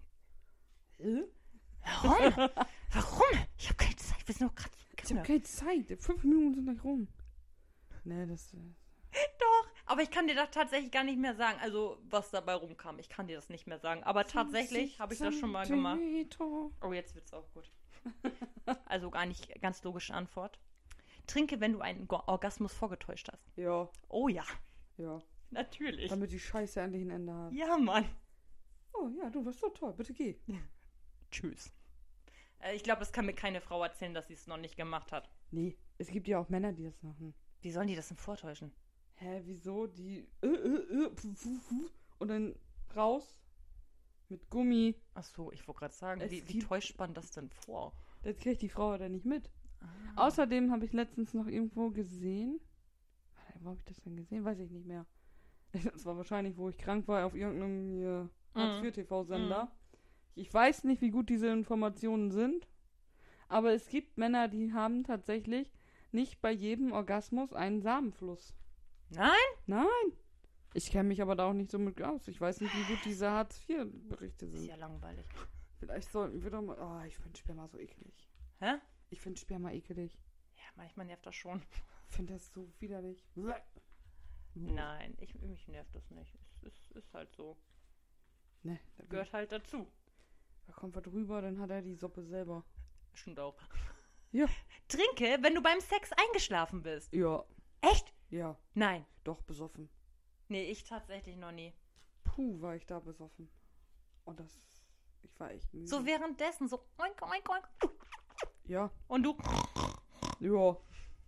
Warum? Warum? Ich habe keine Zeit, wir sind doch gerade Ich habe keine Zeit. 5 Minuten sind gleich rum. Nee, das... Doch, aber ich kann dir das tatsächlich gar nicht mehr sagen, also was dabei rumkam. Ich kann dir das nicht mehr sagen, aber tatsächlich habe ich das schon mal gemacht. Oh, jetzt wird's auch gut. Also gar nicht ganz logische Antwort. Trinke, wenn du einen Orgasmus vorgetäuscht hast. Ja, Oh ja, ja. natürlich. Damit die Scheiße endlich ein Ende hat. Ja, Mann. Oh ja, du warst so toll. Bitte geh. Tschüss. Ich glaube, das kann mir keine Frau erzählen, dass sie es noch nicht gemacht hat. Nee, es gibt ja auch Männer, die das machen. Wie sollen die das denn vortäuschen? Hä, wieso? Die und dann raus mit Gummi. Ach so, ich wollte gerade sagen, Es wie gibt- täuscht man das denn vor? Das kriegt die Frau dann nicht mit. Ah. Außerdem habe ich letztens noch irgendwo gesehen. Wo habe ich das denn gesehen? Weiß ich nicht mehr. Das war wahrscheinlich, wo ich krank war, auf irgendeinem Hartz-IV-TV-Sender. Ich weiß nicht, wie gut diese Informationen sind. Aber es gibt Männer, die haben tatsächlich nicht bei jedem Orgasmus einen Samenfluss. Nein? Nein. Ich kenne mich aber da auch nicht so mit aus. Ich weiß nicht, wie gut diese Hartz-IV-Berichte Ist sind. ja langweilig. Vielleicht sollten wir doch mal... Oh, ich finde Sperma so eklig. Hä? Ich finde Sperma eklig. Ja, manchmal nervt das schon. Ich finde das so widerlich. Nein, mich nervt das nicht. Es ist halt so. Ne, da Gehört halt dazu. Da kommt was drüber, dann hat er die Suppe selber. Stimmt auch. Ja. Trinke, wenn du beim Sex eingeschlafen bist. Ja, Echt? ja, Nein. doch, besoffen. Nee, ich tatsächlich noch nie. Puh, war ich da besoffen. Und ich war echt müde. So währenddessen, so oink, oink, oink. Ja, Und du. ja.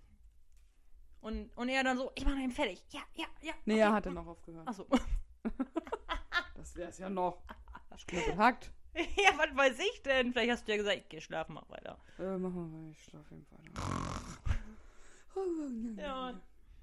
Und er dann so, ich mach noch eben fertig. Ja, ja, ja. Nee, okay. er hatte noch aufgehört. Achso. Das wär's ja noch. Ich knapp hackt. Ja, was weiß ich denn? Vielleicht hast du ja gesagt, ich geh schlafen, mach weiter. Mach mal weiter, ich schlaf eben weiter. Ja.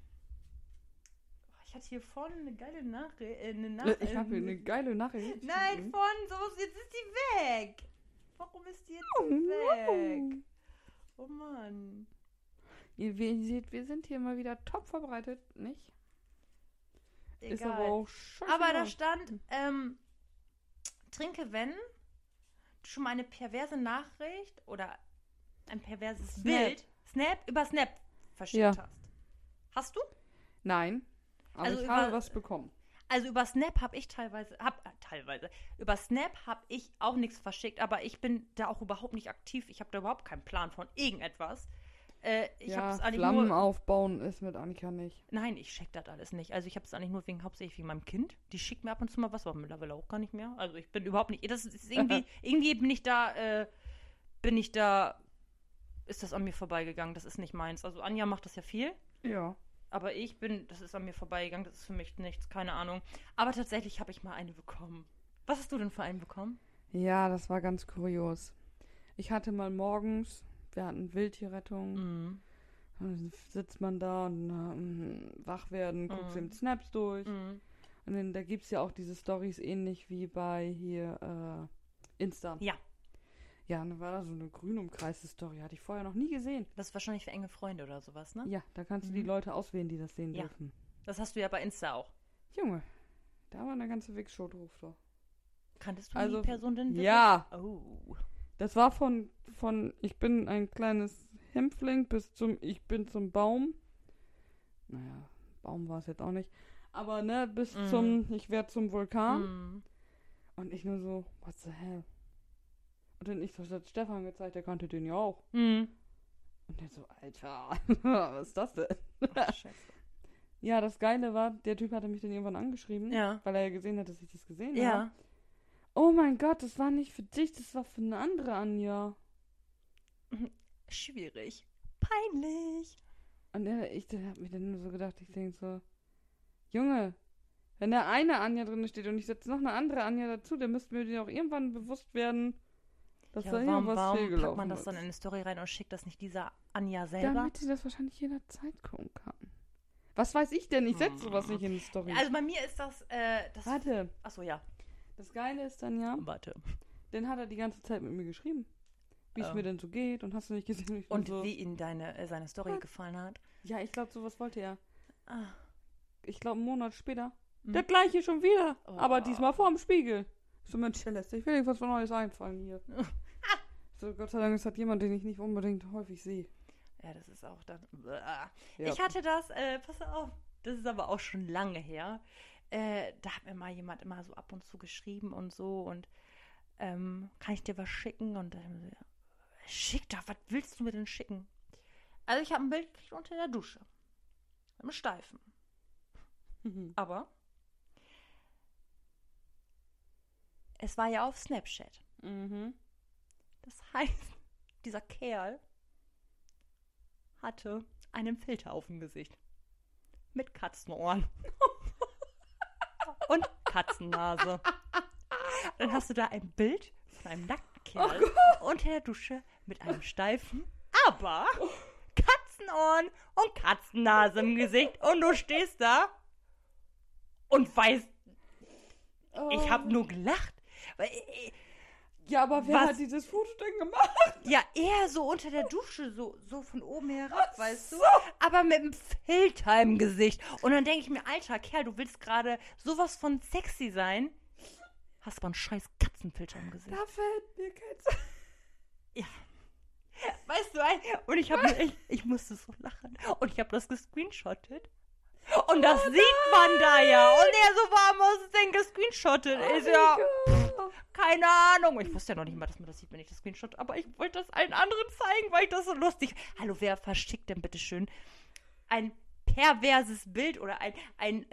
Ich hatte hier vorne eine geile Nachricht. Ich habe hier eine geile Nachricht. Nein, jetzt ist die weg. Warum ist die jetzt weg? Oh Mann. Ihr seht, wir sind hier mal wieder top vorbereitet, nicht? Egal. Ist aber auch scheiße. Aber da stand, trinke, wenn du schon mal eine perverse Nachricht oder ein perverses Bild über Snap verschickt hast. Hast du? Nein, aber Also ich habe was bekommen. Also über Snap habe ich über Snap habe ich auch nichts verschickt, aber ich bin da auch überhaupt nicht aktiv. Ich habe da überhaupt keinen Plan von irgendetwas. Ich habe es eigentlich Flammen nur... aufbauen ist mit Annika nicht. Nein, ich check das alles nicht. Also ich habe es eigentlich nur hauptsächlich wegen meinem Kind. Die schickt mir ab und zu mal was, aber mittlerweile auch gar nicht mehr. Also ich bin überhaupt nicht... Das ist irgendwie bin ich da... Ist das an mir vorbeigegangen. Das ist nicht meins. Also Anja macht das ja viel. Ja. Aber das ist an mir vorbeigegangen. Das ist für mich nichts, keine Ahnung. Aber tatsächlich habe ich mal eine bekommen. Was hast du denn für einen bekommen? Ja, das war ganz kurios. Ich hatte mal morgens, wir hatten Wildtierrettung, Mhm. dann sitzt man da und wach werden, guckst eben Snaps durch. Mhm. Und dann, da gibt es ja auch diese Storys ähnlich wie bei hier Insta. Ja. Ja, und dann war da so eine grün umkreiste Story. Hatte ich vorher noch nie gesehen. Das ist wahrscheinlich für enge Freunde oder sowas, ne? Ja, da kannst du die Leute auswählen, die das sehen Ja. dürfen. Das hast du ja bei Insta auch. Junge, da war eine ganze Wichsshow drauf. So. Kanntest du Also, die Person denn wirklich? ja. Oh. Das war von ich bin ein kleines Hämpfling bis zum ich bin zum Baum. Naja, Baum war es jetzt auch nicht. Aber ne, bis zum ich werde zum Vulkan. Und ich nur so, what the hell? Und dann das hat Stefan gezeigt, der kannte den ja auch. Und der so, Alter, was ist das denn? Ach, Scheiße. Ja, das Geile war, der Typ hatte mich dann irgendwann angeschrieben, Ja. weil er ja gesehen hat, dass ich das gesehen habe. Ja. Oh mein Gott, das war nicht für dich, das war für eine andere Anja. Schwierig. Peinlich. Und ich hab mir dann nur so gedacht, ich denke so, Junge, wenn da eine Anja drin steht und ich setze noch eine andere Anja dazu, dann müssten wir dir auch irgendwann bewusst werden, dass Ja, da warum irgendwas fehlgelaufen packt man das ist. dann in eine Story rein und schickt das nicht dieser Anja selber? Damit sie das wahrscheinlich jederzeit gucken kann. Was weiß ich denn? Ich setze sowas nicht in die Story. Also bei mir ist das, Warte, Achso, ja. das Geile ist dann ja, Warte. dann hat er die ganze Zeit mit mir geschrieben, wie es mir denn so geht und hast du nicht gesehen. Ich bin Und so, wie ihm seine Story gefallen hat. ja, ich glaube, sowas wollte er. Ah. Ich glaube, einen Monat später. Der gleiche schon wieder. Oh. Aber diesmal vorm Spiegel. So, Mensch, der lässt sich wenigstens was Neues einfallen hier. So, Gott sei Dank, es hat jemand, den ich nicht unbedingt häufig sehe. Ja, das ist auch dann. Ja. Ich hatte das, pass auf, das ist aber auch schon lange her. Da hat mir mal jemand immer so ab und zu geschrieben und so und kann ich dir was schicken? Und dann so, ja, schick doch, was willst du mir denn schicken? Also ich habe ein Bild gekriegt unter der Dusche. Im Steifen. Aber es war ja auf Snapchat. Das heißt, dieser Kerl hatte einen Filter auf dem Gesicht. Mit Katzenohren. Und Katzennase. Dann hast du da ein Bild von einem nackten Kerl unter der Dusche mit einem steifen, aber Katzenohren und Katzennase im Gesicht. Und du stehst da und weißt, ich habe nur gelacht. Weil, Ja, aber wer Was? hat dieses Foto denn gemacht? ja, eher so unter der Dusche, so von oben herab, weißt du? Aber mit einem Filter im Gesicht. Und dann denke ich mir, alter Kerl, du willst gerade sowas von sexy sein. Hast aber einen scheiß Katzenfilter im Gesicht. Da fällt mir kein... Ja. Weißt du, und ich musste so lachen. Und ich habe das gescreenshottet. Und das sieht man da ja. Und er so, warum hast du es denn gescreenshottet? Ist ja, keine Ahnung. Ich wusste ja noch nicht mal, dass man das sieht, wenn ich das screenshot. Aber ich wollte das allen anderen zeigen, weil ich das so lustig... Hallo, wer verschickt denn bitte schön ein perverses Bild oder ein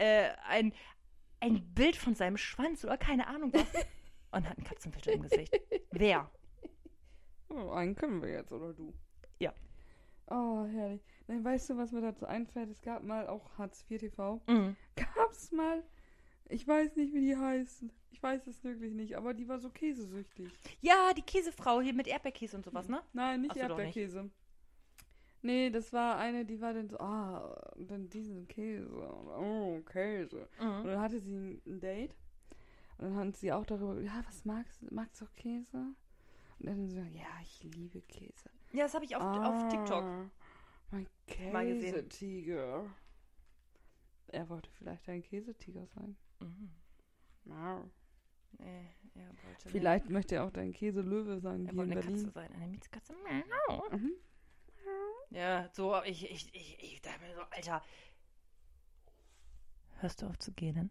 Bild von seinem Schwanz oder keine Ahnung was und hat einen Katzenfilter im Gesicht? Wer? Oh, einen können wir jetzt, oder du? Ja. Oh, herrlich. Nein, weißt du, was mir dazu einfällt? Es gab mal auch Hartz IV TV. Mhm. Gab's mal... Ich weiß nicht, wie die heißt. Ich weiß es wirklich nicht, aber die war so käsesüchtig. Ja, die Käsefrau hier mit Erdbeerkäse und sowas, ne? Nein, nicht Ach so, doch nicht. Erdbeerkäse. Nee, das war eine, die war dann so, dann diesen Käse. Oh, Käse. Und dann hatte sie ein Date. Und dann hat sie auch darüber, ja, was magst du? Magst du auch Käse? Und dann so, ja, ich liebe Käse. Ja, das habe ich auf TikTok. Mein mal gesehen. Käsetiger. Er wollte vielleicht ein Käsetiger sein. Wow. Nee, er wollte Vielleicht möchte er auch dein Käselöwe sein, Er wie in wollte eine Berlin. Katze sein, eine Mietskatze. Miau. Ja, so, ich dachte mir so, Alter, hörst du auf zu gähnen?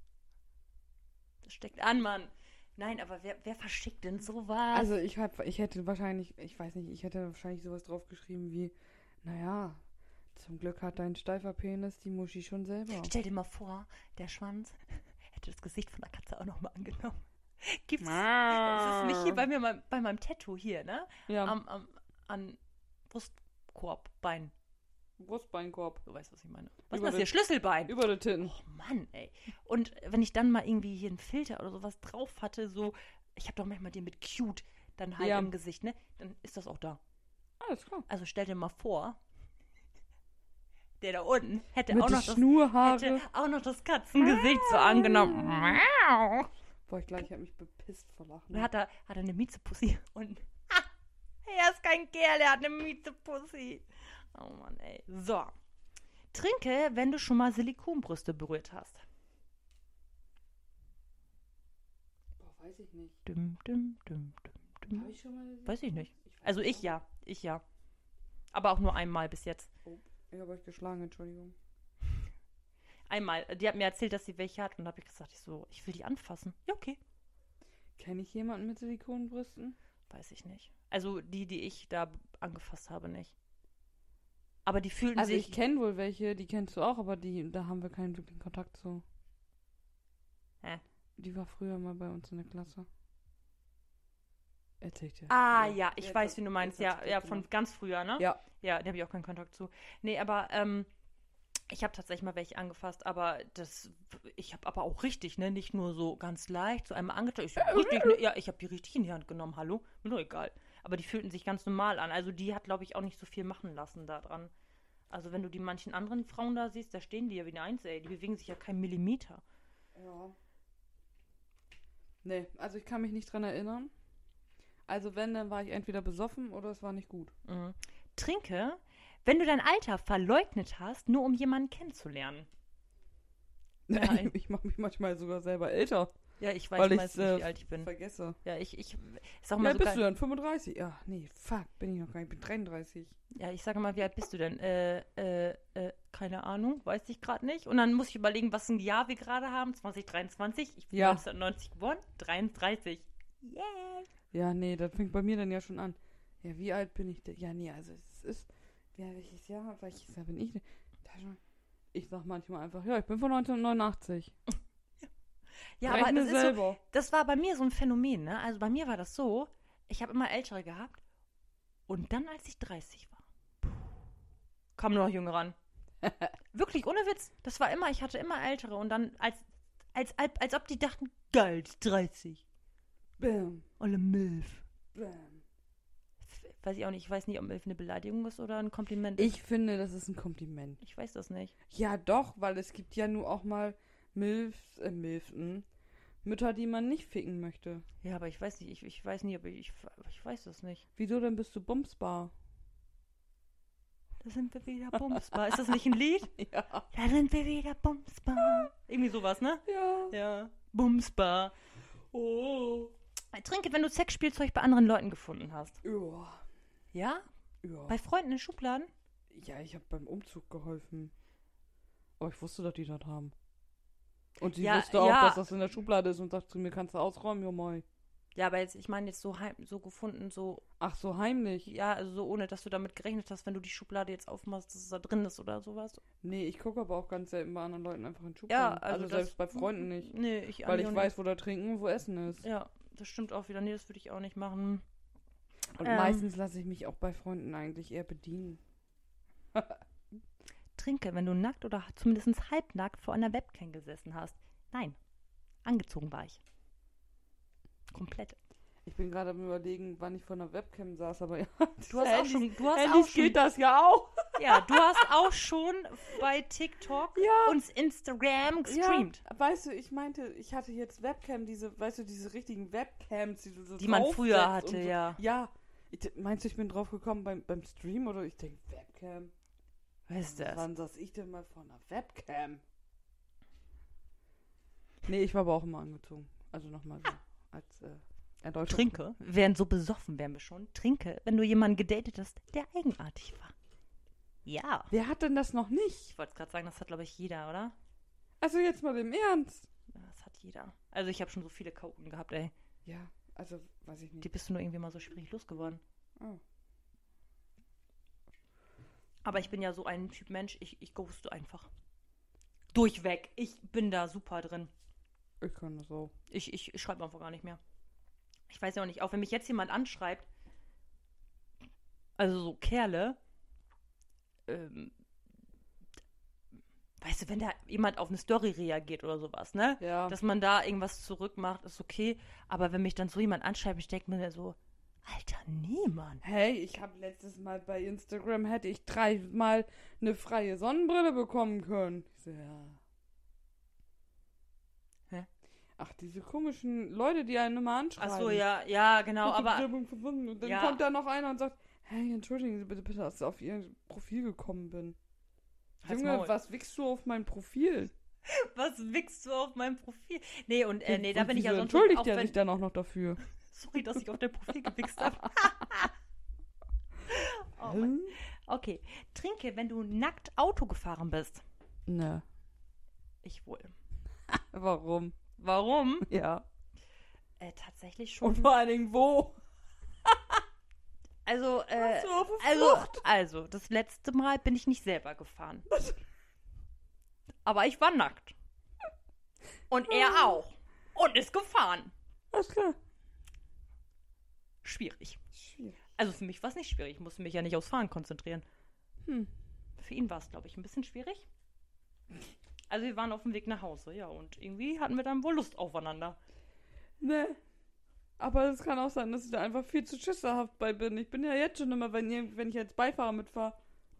Das steckt an, Mann. Nein, aber wer verschickt denn sowas? Also ich hätte wahrscheinlich sowas draufgeschrieben wie, naja, zum Glück hat dein steifer Penis die Muschi schon selber. Stell dir mal vor, der Schwanz hätte das Gesicht von der Katze auch nochmal angenommen. Gibt's das ist nicht hier bei meinem Tattoo hier, ne? Ja. An Brustkorb, Bein. Brustbeinkorb. Du weißt, was ich meine. Was ist Über das hier? Schlüsselbein. Über die Titten. Oh Mann, ey. Und wenn ich dann mal irgendwie hier einen Filter oder sowas drauf hatte, so, ich habe doch manchmal den mit Cute dann halt im Gesicht, ne? Dann ist das auch da. Alles klar. Also stell dir mal vor, Der da unten hätte Mit auch den noch Schnurhaare. das Katzengesicht so angenommen. Boah, ich glaube, ich habe mich bepisst vor Lachen. Oder hat er eine Miezepussi und er ist kein Kerl, er hat eine Miezepussi. Oh Mann, ey. So. Trinke, wenn du schon mal Silikonbrüste berührt hast. Boah, weiß ich nicht. Dum, dum, dum, dum, dum. Habe ich schon mal... Weiß ich nicht. Also ich ja. Aber auch nur einmal bis jetzt. Oh, ich habe euch geschlagen, Entschuldigung. Einmal. Die hat mir erzählt, dass sie welche hat und da habe ich gesagt, ich will die anfassen. Ja, okay. Kenne ich jemanden mit Silikonbrüsten? Weiß ich nicht. Also die ich da angefasst habe, nicht. Aber die fühlten Also sich... ich kenne wohl welche, die kennst du auch, aber da haben wir keinen wirklichen Kontakt zu. Hä? Die war früher mal bei uns in der Klasse. Erzähl ich dir. Ja, ich weiß, wie du meinst. jetzt Ja, von ganz früher, ne? Ja. Ja, da habe ich auch keinen Kontakt zu. Nee, aber ich habe tatsächlich mal welche angefasst, aber ich habe aber auch richtig, ne? Nicht nur so ganz leicht, so einmal angetan. Ich habe die richtig in die Hand genommen, hallo? Mir doch egal. Aber die fühlten sich ganz normal an. Also die hat, glaube ich, auch nicht so viel machen lassen da dran. Also wenn du die manchen anderen Frauen da siehst, da stehen die ja wie eine Eins, ey. Die bewegen sich ja keinen Millimeter. Ja. Nee, also ich kann mich nicht dran erinnern. Also wenn, dann war ich entweder besoffen oder es war nicht gut. Mhm. Trinke, wenn du dein Alter verleugnet hast, nur um jemanden kennenzulernen. Ja, ich mache mich manchmal sogar selber älter. Ja, ich weiß weil meist nicht, wie alt ich bin. Vergesse. Ja, ich sag Wie mal alt so bist du denn? 35? Ja, nee, fuck, bin ich noch gar nicht. Ich bin 33. Ja, ich sage mal, wie alt bist du denn? Keine Ahnung, weiß ich gerade nicht. Und dann muss ich überlegen, was ein Jahr wir gerade haben. 2023. Ich bin 1990 geboren. 33. Yeah. Ja, nee, das fängt bei mir dann ja schon an. Ja, wie alt bin ich denn? Ja, nee, also es ist... Ja, welches Jahr bin ich denn? Ich sag manchmal einfach, ja, ich bin von 1989. Ja, aber das ist so, das war bei mir so ein Phänomen, ne? Also bei mir war das so, ich habe immer Ältere gehabt und dann, als ich 30 war, kam nur noch Jüngere ran. Wirklich, ohne Witz. Das war immer, ich hatte immer Ältere und dann, als ob die dachten, geil, die 30. Bam. Olle Milf. Bam. Weiß ich auch nicht, ich weiß nicht, ob Milf eine Beleidigung ist oder ein Kompliment ist. Ich finde, das ist ein Kompliment. Ich weiß das nicht. Ja, doch, weil es gibt ja nur auch mal Mütter, die man nicht ficken möchte. Ja, aber ich weiß nicht, ich weiß nicht, ich weiß das nicht. Wieso denn bist du bumsbar? Da sind wir wieder bumsbar. Ist das nicht ein Lied? Ja. Da sind wir wieder bumsbar. Irgendwie sowas, ne? Ja. Ja. Bumsbar. Oh. Trinke, wenn du Sexspielzeug bei anderen Leuten gefunden hast. Ja. Ja? Ja. Bei Freunden in Schubladen? Ja, ich habe beim Umzug geholfen. Aber ich wusste, dass die das haben. Und sie wusste auch, dass das in der Schublade ist und sagt zu mir, kannst du ausräumen? Ja, moi. Ja, aber jetzt, ich meine jetzt so gefunden, so... Ach, so heimlich? Ja, also so ohne, dass du damit gerechnet hast, wenn du die Schublade jetzt aufmachst, dass es da drin ist oder sowas. Nee, ich gucke aber auch ganz selten bei anderen Leuten einfach in Schubladen. Ja, also selbst bei Freunden nicht. Nee, ich weil ich weiß, wo da trinken und wo Essen ist. Ja, das stimmt auch wieder. Nee, das würde ich auch nicht machen. Und meistens lasse ich mich auch bei Freunden eigentlich eher bedienen. Trinke, wenn du nackt oder zumindest halbnackt vor einer Webcam gesessen hast. Nein, angezogen war ich. Komplett. Ich bin gerade am Überlegen, wann ich vor einer Webcam saß, aber ja. Du hast auch schon. Geht das ja auch. Ja, du hast auch schon bei TikTok und Instagram gestreamt. Ja, weißt du, ich hatte jetzt Webcam, diese richtigen Webcams, die du so die man früher hatte, so. Ja. Ja. Meinst du, ich bin drauf gekommen beim Stream oder ich denke, Webcam? Was ist das? Wann saß ich denn mal vor einer Webcam? Nee, ich war aber auch immer angezogen. Also nochmal so als Erläuterung. Trinke, während so besoffen wären wir schon. Trinke, wenn du jemanden gedatet hast, der eigenartig war. Ja. Wer hat denn das noch nicht? Ich wollte gerade sagen, das hat, glaube ich, jeder, oder? Also jetzt mal im Ernst. Ja, das hat jeder. Also ich habe schon so viele Chaoten gehabt, ey. Ja, also weiß ich nicht. Die bist du nur irgendwie mal so schwierig losgeworden. Oh. Aber ich bin ja so ein Typ Mensch, ich ghoste einfach. Durchweg. Ich bin da super drin. Ich kann das auch. Ich schreibe einfach gar nicht mehr. Ich weiß ja auch nicht, auch wenn mich jetzt jemand anschreibt, also so Kerle, weißt du, wenn da jemand auf eine Story reagiert oder sowas, ne? Ja. Dass man da irgendwas zurückmacht, ist okay. Aber wenn mich dann so jemand anschreibt, ich denke mir so, Alter, niemand. Hey, ich habe letztes Mal bei Instagram, hätte ich 3-mal eine freie Sonnenbrille bekommen können. Ich so, ja. Hä? Ach, diese komischen Leute, die einen immer anschreiben. Ach so, ja, genau, aber... Und dann Ja. kommt da noch einer und sagt, hey, entschuldigen Sie bitte, dass ich auf Ihr Profil gekommen bin. Halt's Junge, Maul. was wichst du auf mein Profil? Was wickst du auf meinem Profil? Nee, und nee, da bin ich ja sonst entschuldigt auch, er wenn... sich dann auch noch dafür. Sorry, dass ich auf dein Profil gewichst habe. Oh Mann. Okay. Trinke, wenn du nackt Auto gefahren bist. Ne. Ich wohl. Warum? Warum? Ja. Tatsächlich schon. Und vor allen Dingen wo? Also, Warst du auf der Flucht? also, das letzte Mal bin ich nicht selber gefahren. Aber ich war nackt. Und er auch. Und ist gefahren. Alles klar. Schwierig. Schwierig. Also für mich war es nicht schwierig. Ich musste mich ja nicht aufs Fahren konzentrieren. Für ihn war es, glaube ich, ein bisschen schwierig. Also wir waren auf dem Weg nach Hause, ja. Und irgendwie hatten wir dann wohl Lust aufeinander. Ne. Aber es kann auch sein, dass ich da einfach viel zu schisserhaft bei bin. Ich bin ja jetzt schon immer, wenn ich als Beifahrer mitfahre.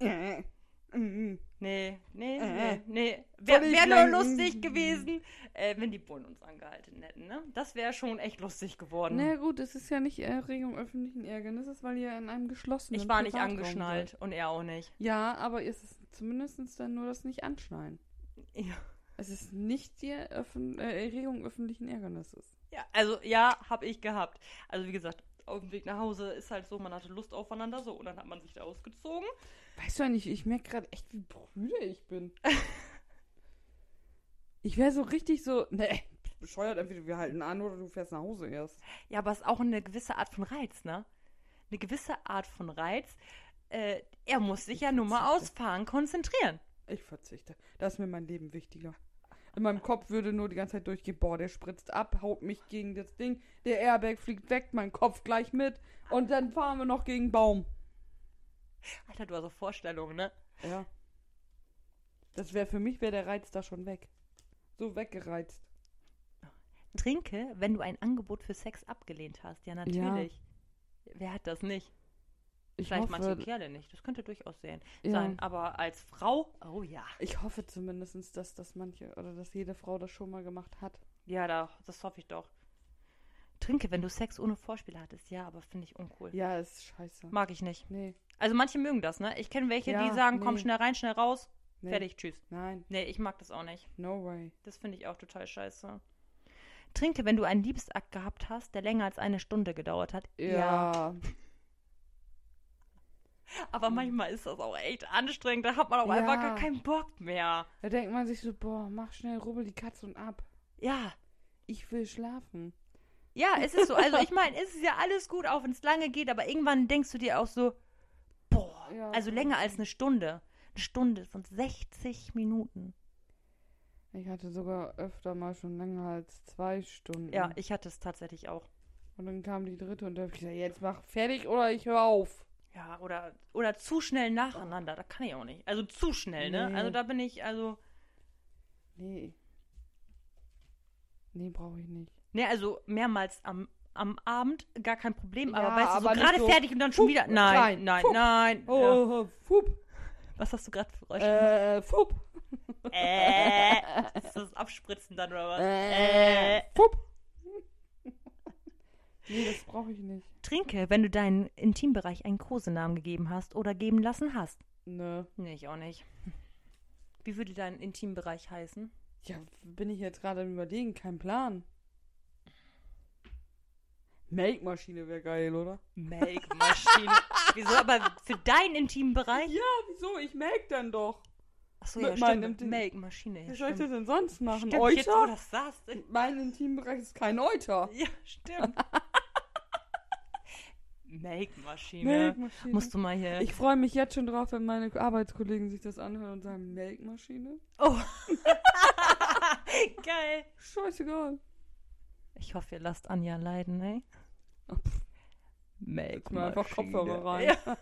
Nee. Soll Wäre ich nur lenken? lustig gewesen, wenn die Bullen uns angehalten hätten, ne? Das wäre schon echt lustig geworden. Na gut, es ist ja nicht Erregung öffentlichen Ärgernisses, weil ihr in einem geschlossenen Ich war nicht Privatraum angeschnallt seid. und er auch nicht. Ja, aber es ist zumindest dann nur das Nicht-Anschnallen. Ja. Es ist nicht die Erregung öffentlichen Ärgernisses. Ja, also ja, habe ich gehabt. Also wie gesagt, auf dem Weg nach Hause ist halt so, man hatte Lust aufeinander, so, und dann hat man sich da ausgezogen. Weißt du eigentlich, ich merke gerade echt, wie brüde ich bin. Ich wäre so richtig so, ne, bescheuert, entweder wir halten an oder du fährst nach Hause erst. Ja, aber es ist auch eine gewisse Art von Reiz, ne? Eine gewisse Art von Reiz. Er muss sich ja nur mal aufs Fahren konzentrieren. Ich verzichte. Da ist mir mein Leben wichtiger. In meinem Kopf würde nur die ganze Zeit durchgehen, boah, der spritzt ab, haut mich gegen das Ding, der Airbag fliegt weg, mein Kopf gleich mit und dann fahren wir noch gegen einen Baum. Alter, du hast so Vorstellungen, ne? Ja. Das wäre für mich, der Reiz da schon weg. So weggereizt. Trinke, wenn du ein Angebot für Sex abgelehnt hast. Ja, natürlich. Wer hat das nicht? Vielleicht manche Kerle nicht. Das könnte durchaus sein. Aber als Frau, oh ja. Ich hoffe zumindest, dass das manche oder dass jede Frau das schon mal gemacht hat. Ja, das hoffe ich doch. Trinke, wenn du Sex ohne Vorspiel hattest. Ja, aber finde ich uncool. Ja, ist scheiße. Mag ich nicht. Nee. Also manche mögen das, ne? Ich kenne welche, Ja, die sagen, nee. komm schnell rein, schnell raus. Nee. Fertig, tschüss. Nein. Nee, ich mag das auch nicht. No way. Das finde ich auch total scheiße. Trinke, wenn du einen Liebesakt gehabt hast, der länger als 1 Stunde gedauert hat. Ja. Aber manchmal ist das auch echt anstrengend. Da hat man auch Ja. einfach gar keinen Bock mehr. Da denkt man sich so, boah, mach schnell, rubbel die Katze und ab. Ja. Ich will schlafen. Ja, es ist so. Also ich meine, es ist ja alles gut, auch wenn es lange geht, aber irgendwann denkst du dir auch so, boah, Ja, also länger als 1 Stunde. 1 Stunde sind 60 Minuten. Ich hatte sogar öfter mal schon länger als 2 Stunden. Ja, ich hatte es tatsächlich auch. Und dann kam die dritte und da hab ich gesagt, jetzt mach fertig oder ich höre auf. Ja, oder zu schnell nacheinander, da kann ich auch nicht. Also zu schnell, ne? Nee. Also da bin ich, Nee. Nee, brauche ich nicht. ne, also mehrmals am Abend, gar kein Problem, Ja, aber weißt du, so aber nicht gerade so, fertig und dann schon fupp, wieder, rein, nein. fupp. Ja. Oh, fupp. Was hast du gerade für Geräusche? Fupp. Ist das Abspritzen dann oder was? Fupp. Nee, das brauche ich nicht. Trinke, wenn du deinen Intimbereich einen Kosenamen gegeben hast oder geben lassen hast. Nö. Nee, ich auch nicht. Wie würde dein Intimbereich heißen? Ja, bin ich jetzt gerade am Überlegen, kein Plan. Melkmaschine wäre geil, oder? Melkmaschine. Wieso? Aber für deinen Intimbereich? Ja, wieso? Ich melk dann doch. Achso, mit ja, meinem stimmt. Melkmaschine. Wie Ja, soll ich das stimmt. denn sonst machen? Stimmt, jetzt wo du Euter? das sagst. Mein Intimbereich ist kein Euter. Ja, stimmt. Melkmaschine. Melkmaschine. Musst du mal hier... Ich freue mich jetzt schon drauf, wenn meine Arbeitskollegen sich das anhören und sagen, Melkmaschine? Oh. Geil. Scheißegal. Ich hoffe, ihr lasst Anja leiden, ey. Jetzt mal einfach Kopfhörer rein. Ja.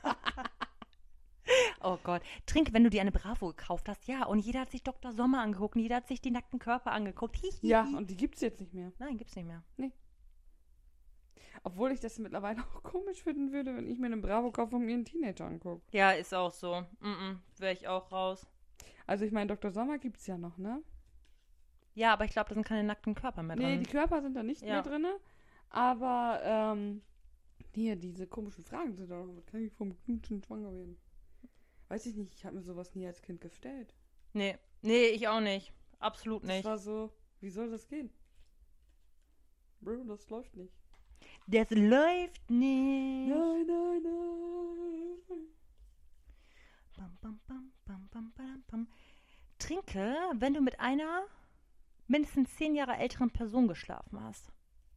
Oh Gott. Trinke, wenn du dir eine Bravo gekauft hast. Ja, und jeder hat sich Dr. Sommer angeguckt und jeder hat sich die nackten Körper angeguckt. Hihihi. Ja, und die gibt's jetzt nicht mehr. Nein, gibt's nicht mehr. Obwohl ich das mittlerweile auch komisch finden würde, wenn ich mir einen Bravo-Kopf von mir einen Teenager angucke. Ja, ist auch so. Wäre ich auch raus. Also ich meine, Dr. Sommer gibt's ja noch, ne? Ja, aber ich glaube, da sind keine nackten Körper mehr drin. Nee, die Körper sind da nicht Ja. mehr drin. Aber, hier, diese komischen Fragen sind da noch. Kann ich vom Knutschen schwanger werden? Weiß ich nicht, ich habe mir sowas nie als Kind gestellt. Nee, ich auch nicht. Absolut Das nicht. war so, wie soll das gehen? Bro, das läuft nicht. Das läuft nicht. Nein, nein, nein. Bam, bam, bam, bam, bam, bam, bam. Trinke, wenn du mit einer mindestens 10 Jahre älteren Person geschlafen hast.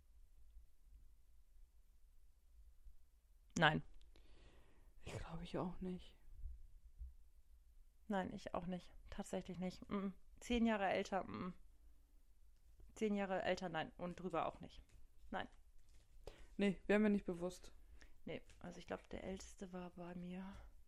Nein. Ich glaube ich auch nicht. Nein, ich auch nicht. Tatsächlich nicht. 10 Jahre älter. 10 Jahre älter, nein. Und drüber auch nicht. Nein. Nee, wäre mir nicht bewusst. Nee, also ich glaube, der älteste war bei mir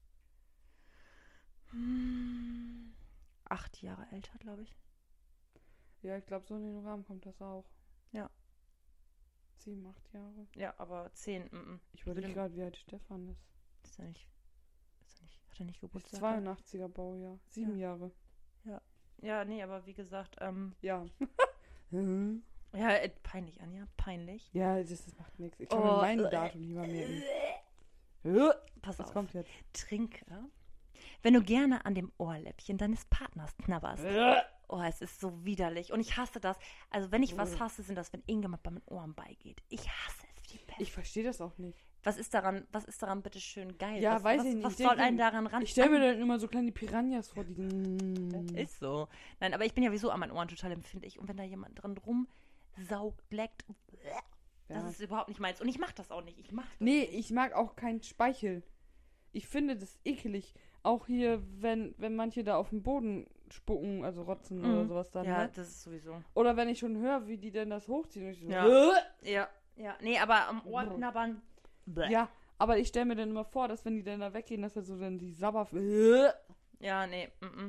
8 Jahre älter, glaube ich. Ja, ich glaube, so in den Rahmen kommt das auch. Ja. 7, 8 Jahre. Ja, aber 10. Ich überlege gerade, wie alt Stefan ist. Ist er nicht, hat er nicht Geburtstag? 82er Baujahr. 7 Jahre. Ja, nee, aber wie gesagt, Ja. ja, peinlich, Anja, peinlich. Ja, das macht nichts. Ich kann mir mein Datum nicht mal merken. Pass Was auf. kommt jetzt? Trinke, wenn du gerne an dem Ohrläppchen deines Partners knabberst. Oh, es ist so widerlich. Und ich hasse das. Also, wenn ich was hasse, sind das, wenn irgendjemand bei meinen Ohren beigeht. Ich hasse es wie die Pest. Ich verstehe das auch nicht. Was ist daran bitte schön geil? Ja, weiß ich nicht. Was Ich soll denke, einen daran ran? Ich stelle mir dann immer so kleine Piranhas vor, die. Ist so. Nein, aber ich bin ja sowieso an meinen Ohren total empfindlich. Und wenn da jemand dran rumsaugt, leckt, das ist überhaupt nicht meins. Und ich mach das auch nicht. Ich mag auch keinen Speichel. Ich finde das ekelig. Auch hier, wenn manche da auf den Boden spucken, also rotzen oder sowas dann. Ja, ne? das ist sowieso. Oder wenn ich schon höre, wie die denn das hochziehen. Und ich so, Ja. Nee, aber am Ohr knabbern. Ja, aber ich stelle mir dann immer vor, dass wenn die dann da weggehen, dass er so dann die Sabber. Ja, nee.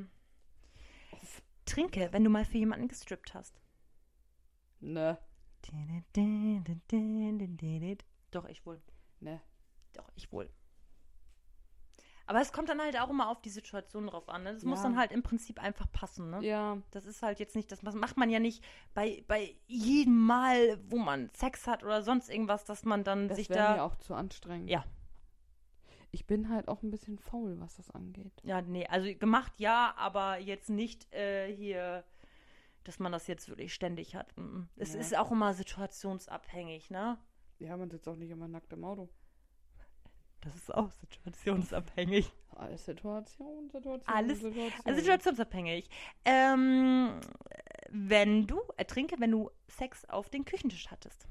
Trinke, wenn du mal für jemanden gestrippt hast. Ne. Doch, ich wohl. Ne. Doch, ich wohl. Aber es kommt dann halt auch immer auf die Situation drauf an. Ne? Das muss dann halt im Prinzip einfach passen. Ne? Ja. Das ist halt jetzt nicht, das macht man ja nicht bei jedem Mal, wo man Sex hat oder sonst irgendwas, dass man dann Das sich wäre da... mir auch zu anstrengend. Ja. Ich bin halt auch ein bisschen faul, was das angeht. Ja, nee, also gemacht ja, aber jetzt nicht hier, dass man das jetzt wirklich ständig hat. Es ist auch immer situationsabhängig, ne? Ja, man sitzt auch nicht immer nackt im Auto. Das ist auch situationsabhängig. Alles Situation. Alles situationsabhängig. Wenn du Sex auf den Küchentisch hattest.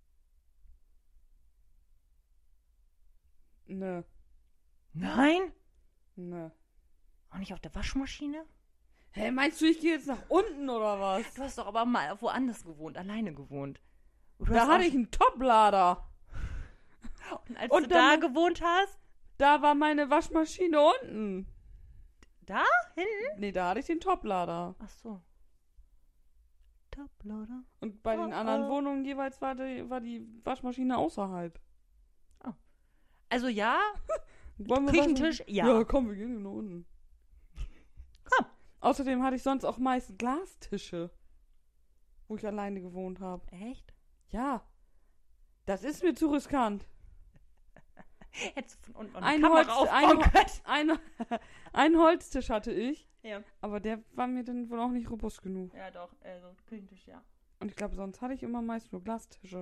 Ne. Nein? Ne. Auch nicht auf der Waschmaschine? Hey, meinst du, ich gehe jetzt nach unten oder was? Du hast doch aber mal woanders gewohnt, alleine gewohnt. Da hatte ich einen Toplader. Und als du da gewohnt hast? Da war meine Waschmaschine unten. Da? Hinten? Nee, da hatte ich den Toplader. Ach so. Toplader? Und bei den anderen Wohnungen jeweils war die Waschmaschine außerhalb. Oh. Also ja, Küchentisch, ja. Ja, komm, wir gehen nach unten. Komm. Außerdem hatte ich sonst auch meist Glastische, wo ich alleine gewohnt habe. Echt? Ja. Das ist mir zu riskant. Hättest du von unten noch eine Kamera aufbauen können. Ein Holztisch hatte ich, Ja. aber der war mir dann wohl auch nicht robust genug. Ja, doch, also Küchentisch, ja. Und ich glaube, sonst hatte ich immer meist nur Glastische.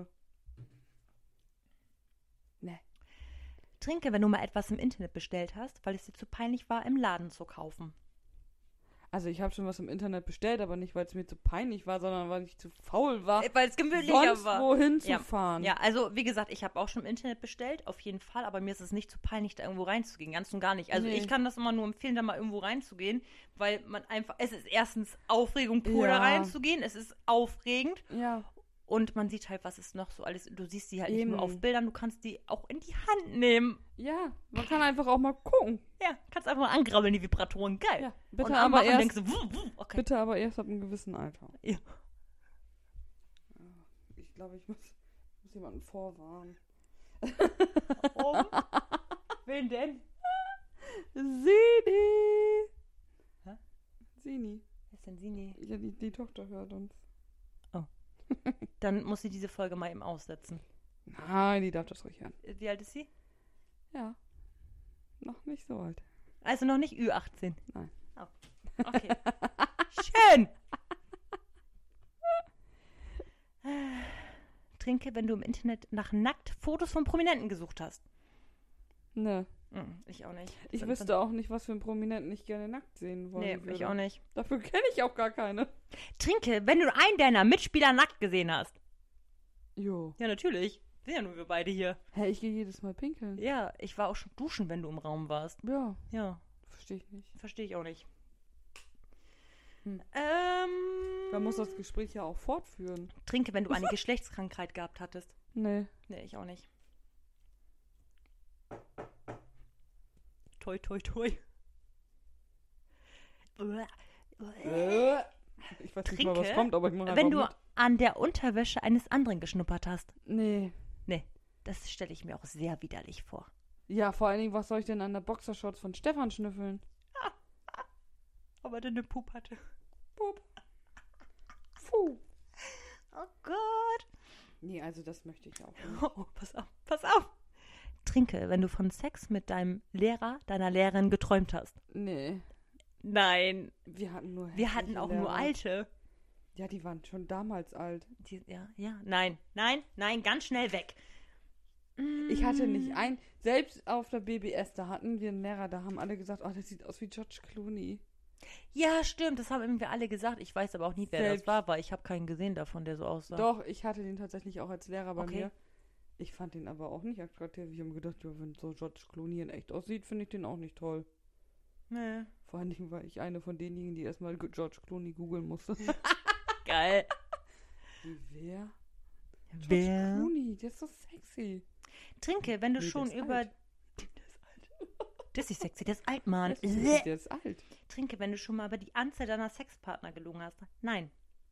Ne. Trinke, wenn du mal etwas im Internet bestellt hast, weil es dir zu peinlich war, im Laden zu kaufen. Also ich habe schon was im Internet bestellt, aber nicht, weil es mir zu peinlich war, sondern weil ich zu faul war, Weil es gemütlicher sonst war. wohin zu fahren. Ja, also wie gesagt, ich habe auch schon im Internet bestellt, auf jeden Fall, aber mir ist es nicht zu peinlich, da irgendwo reinzugehen, ganz und gar nicht. Also ich kann das immer nur empfehlen, da mal irgendwo reinzugehen, weil man einfach, es ist erstens Aufregung pur, da reinzugehen, es ist aufregend. Ja. Und man sieht halt, was ist noch so alles. Du siehst die halt Eben. nicht nur auf Bildern, du kannst die auch in die Hand nehmen. Ja, man kann einfach auch mal gucken. Ja, kannst einfach mal angrabbeln, die Vibratoren. Geil. Ja, bitte und aber erst, denkst du, okay. bitte aber erst ab einem gewissen Alter. Ja. Ich glaube, ich muss muss jemanden vorwarnen. Wen denn? Sini! Hä? Sini. Wer ist denn Sini? Ja, die Tochter hört uns. Dann muss sie diese Folge mal eben aussetzen. Nein, die darf das ruhig hören. Wie alt ist sie? Ja. Noch nicht so alt. Also noch nicht Ü18. Nein. Oh. Okay. Schön! Trinke, wenn du im Internet nach Nacktfotos von Prominenten gesucht hast. Ne. Ich auch nicht. Ich wüsste auch nicht, was für einen Prominenten ich gerne nackt sehen wollen Nee, würde. ich auch nicht. Dafür kenne ich auch gar keine. Trinke, wenn du einen deiner Mitspieler nackt gesehen hast. Jo. Ja, natürlich. Sind ja nur wir beide hier. Hä, ich gehe jedes Mal pinkeln. Ja, ich war auch schon duschen, wenn du im Raum warst. Ja, Ja, verstehe ich nicht. verstehe ich auch nicht. Man muss das Gespräch ja auch fortführen. Trinke, wenn du eine Geschlechtskrankheit gehabt hattest. Nee. Nee, ich auch nicht. Toi, toi, toi. Ich weiß nicht mal, was kommt, aber ich mache einfach Wenn du mit. an der Unterwäsche eines anderen geschnuppert hast. Nee. Nee, das stelle ich mir auch sehr widerlich vor. Ja, vor allen Dingen, was soll ich denn an der Boxershorts von Stefan schnüffeln? Aber der eine Pup hatte. Pup. Puh. Oh Gott. Nee, also das möchte ich auch nicht. Oh, pass auf, pass auf. Trinke, wenn du von Sex mit deinem Lehrer, deiner Lehrerin geträumt hast. Nee. Nein. Wir hatten nur Wir hatten auch Lehrer. nur alte. Ja, die waren schon damals alt. Ja. Nein, ganz schnell weg. Ich hatte nicht ein... Selbst auf der BBS, da hatten wir einen Lehrer, da haben alle gesagt, oh, das sieht aus wie George Clooney. Ja, stimmt, das haben irgendwie alle gesagt. Ich weiß aber auch nicht, wer Selbst. das war, weil ich habe keinen gesehen davon, der so aussah. Doch, ich hatte den tatsächlich auch als Lehrer bei Okay. mir. Ich fand den aber auch nicht attraktiv. Ich habe mir gedacht, ja, wenn so George Clooney in echt aussieht, finde ich den auch nicht toll. Nee. Vor allen Dingen war ich eine von denjenigen, die erstmal George Clooney googeln musste. Geil. Wer? George Wer? Clooney, der ist so sexy. Trinke, wenn du Nee, der schon ist über... alt. Das ist sexy, das ist alt, Mann. Der ist alt. Trinke, wenn du schon mal über die Anzahl deiner Sexpartner gelogen hast. Nein.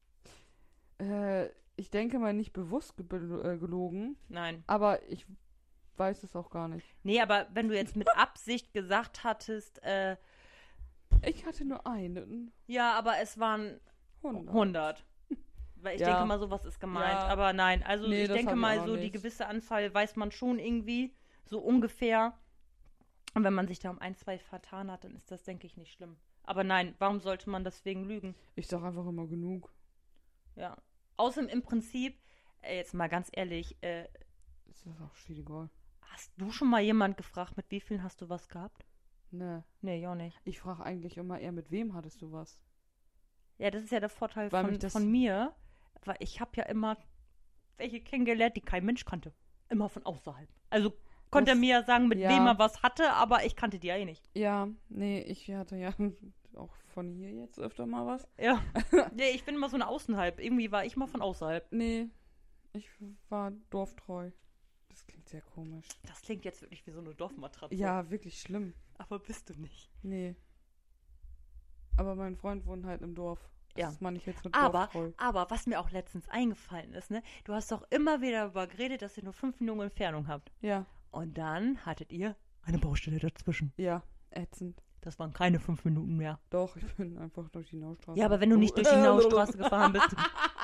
Ich denke mal nicht bewusst gelogen, Nein. aber ich weiß es auch gar nicht. Nee, aber wenn du jetzt mit Absicht gesagt hattest, Ich hatte nur einen. ja, aber es waren 100. Weil ich Ja. denke mal, sowas ist gemeint. Ja. Aber nein, also Nee, ich das denke hab ich mal, auch so die nicht. gewisse Anzahl weiß man schon irgendwie, so ungefähr. Und wenn man sich da um 1, 2 vertan hat, dann ist das, denke ich, nicht schlimm. Aber nein, warum sollte man deswegen lügen? Ich sag einfach immer genug. Ja. Außerdem im Prinzip, jetzt mal ganz ehrlich, Ist das auch scheißegal. hast du schon mal jemand gefragt, mit wie vielen hast du was gehabt? Ne. Nee, ich auch nicht. Ich frage eigentlich immer eher, mit wem hattest du was? Ja, das ist ja der Vorteil Weil mich das- von mir, weil ich habe ja immer welche kennengelernt, die kein Mensch kannte. Immer von außerhalb. Also konnte er Das- mir ja sagen, mit ja. wem er was hatte, aber ich kannte die ja eh nicht. Ja, nee, ich hatte ja auch von hier jetzt öfter mal was. Ja. Nee, ich bin immer so eine Außenhalb. Irgendwie war ich mal von außerhalb. Nee, ich war dorftreu. Das klingt sehr komisch. Das klingt jetzt wirklich wie so eine Dorfmatratze. Ja, wirklich schlimm. Aber bist du nicht. Nee. Aber mein Freund wohnt halt im Dorf. Ja. Das meine ich jetzt mit Aber, dorftreu. aber was mir auch letztens eingefallen ist, ne? Du hast doch immer wieder darüber geredet, dass ihr nur 5 Minuten Entfernung habt. Ja, Und dann hattet ihr eine Baustelle dazwischen. ja, ätzend. Das waren keine 5 Minuten mehr. Doch, ich bin einfach durch die Naustraße. Ja, aber wenn du nicht durch die Naustraße gefahren bist.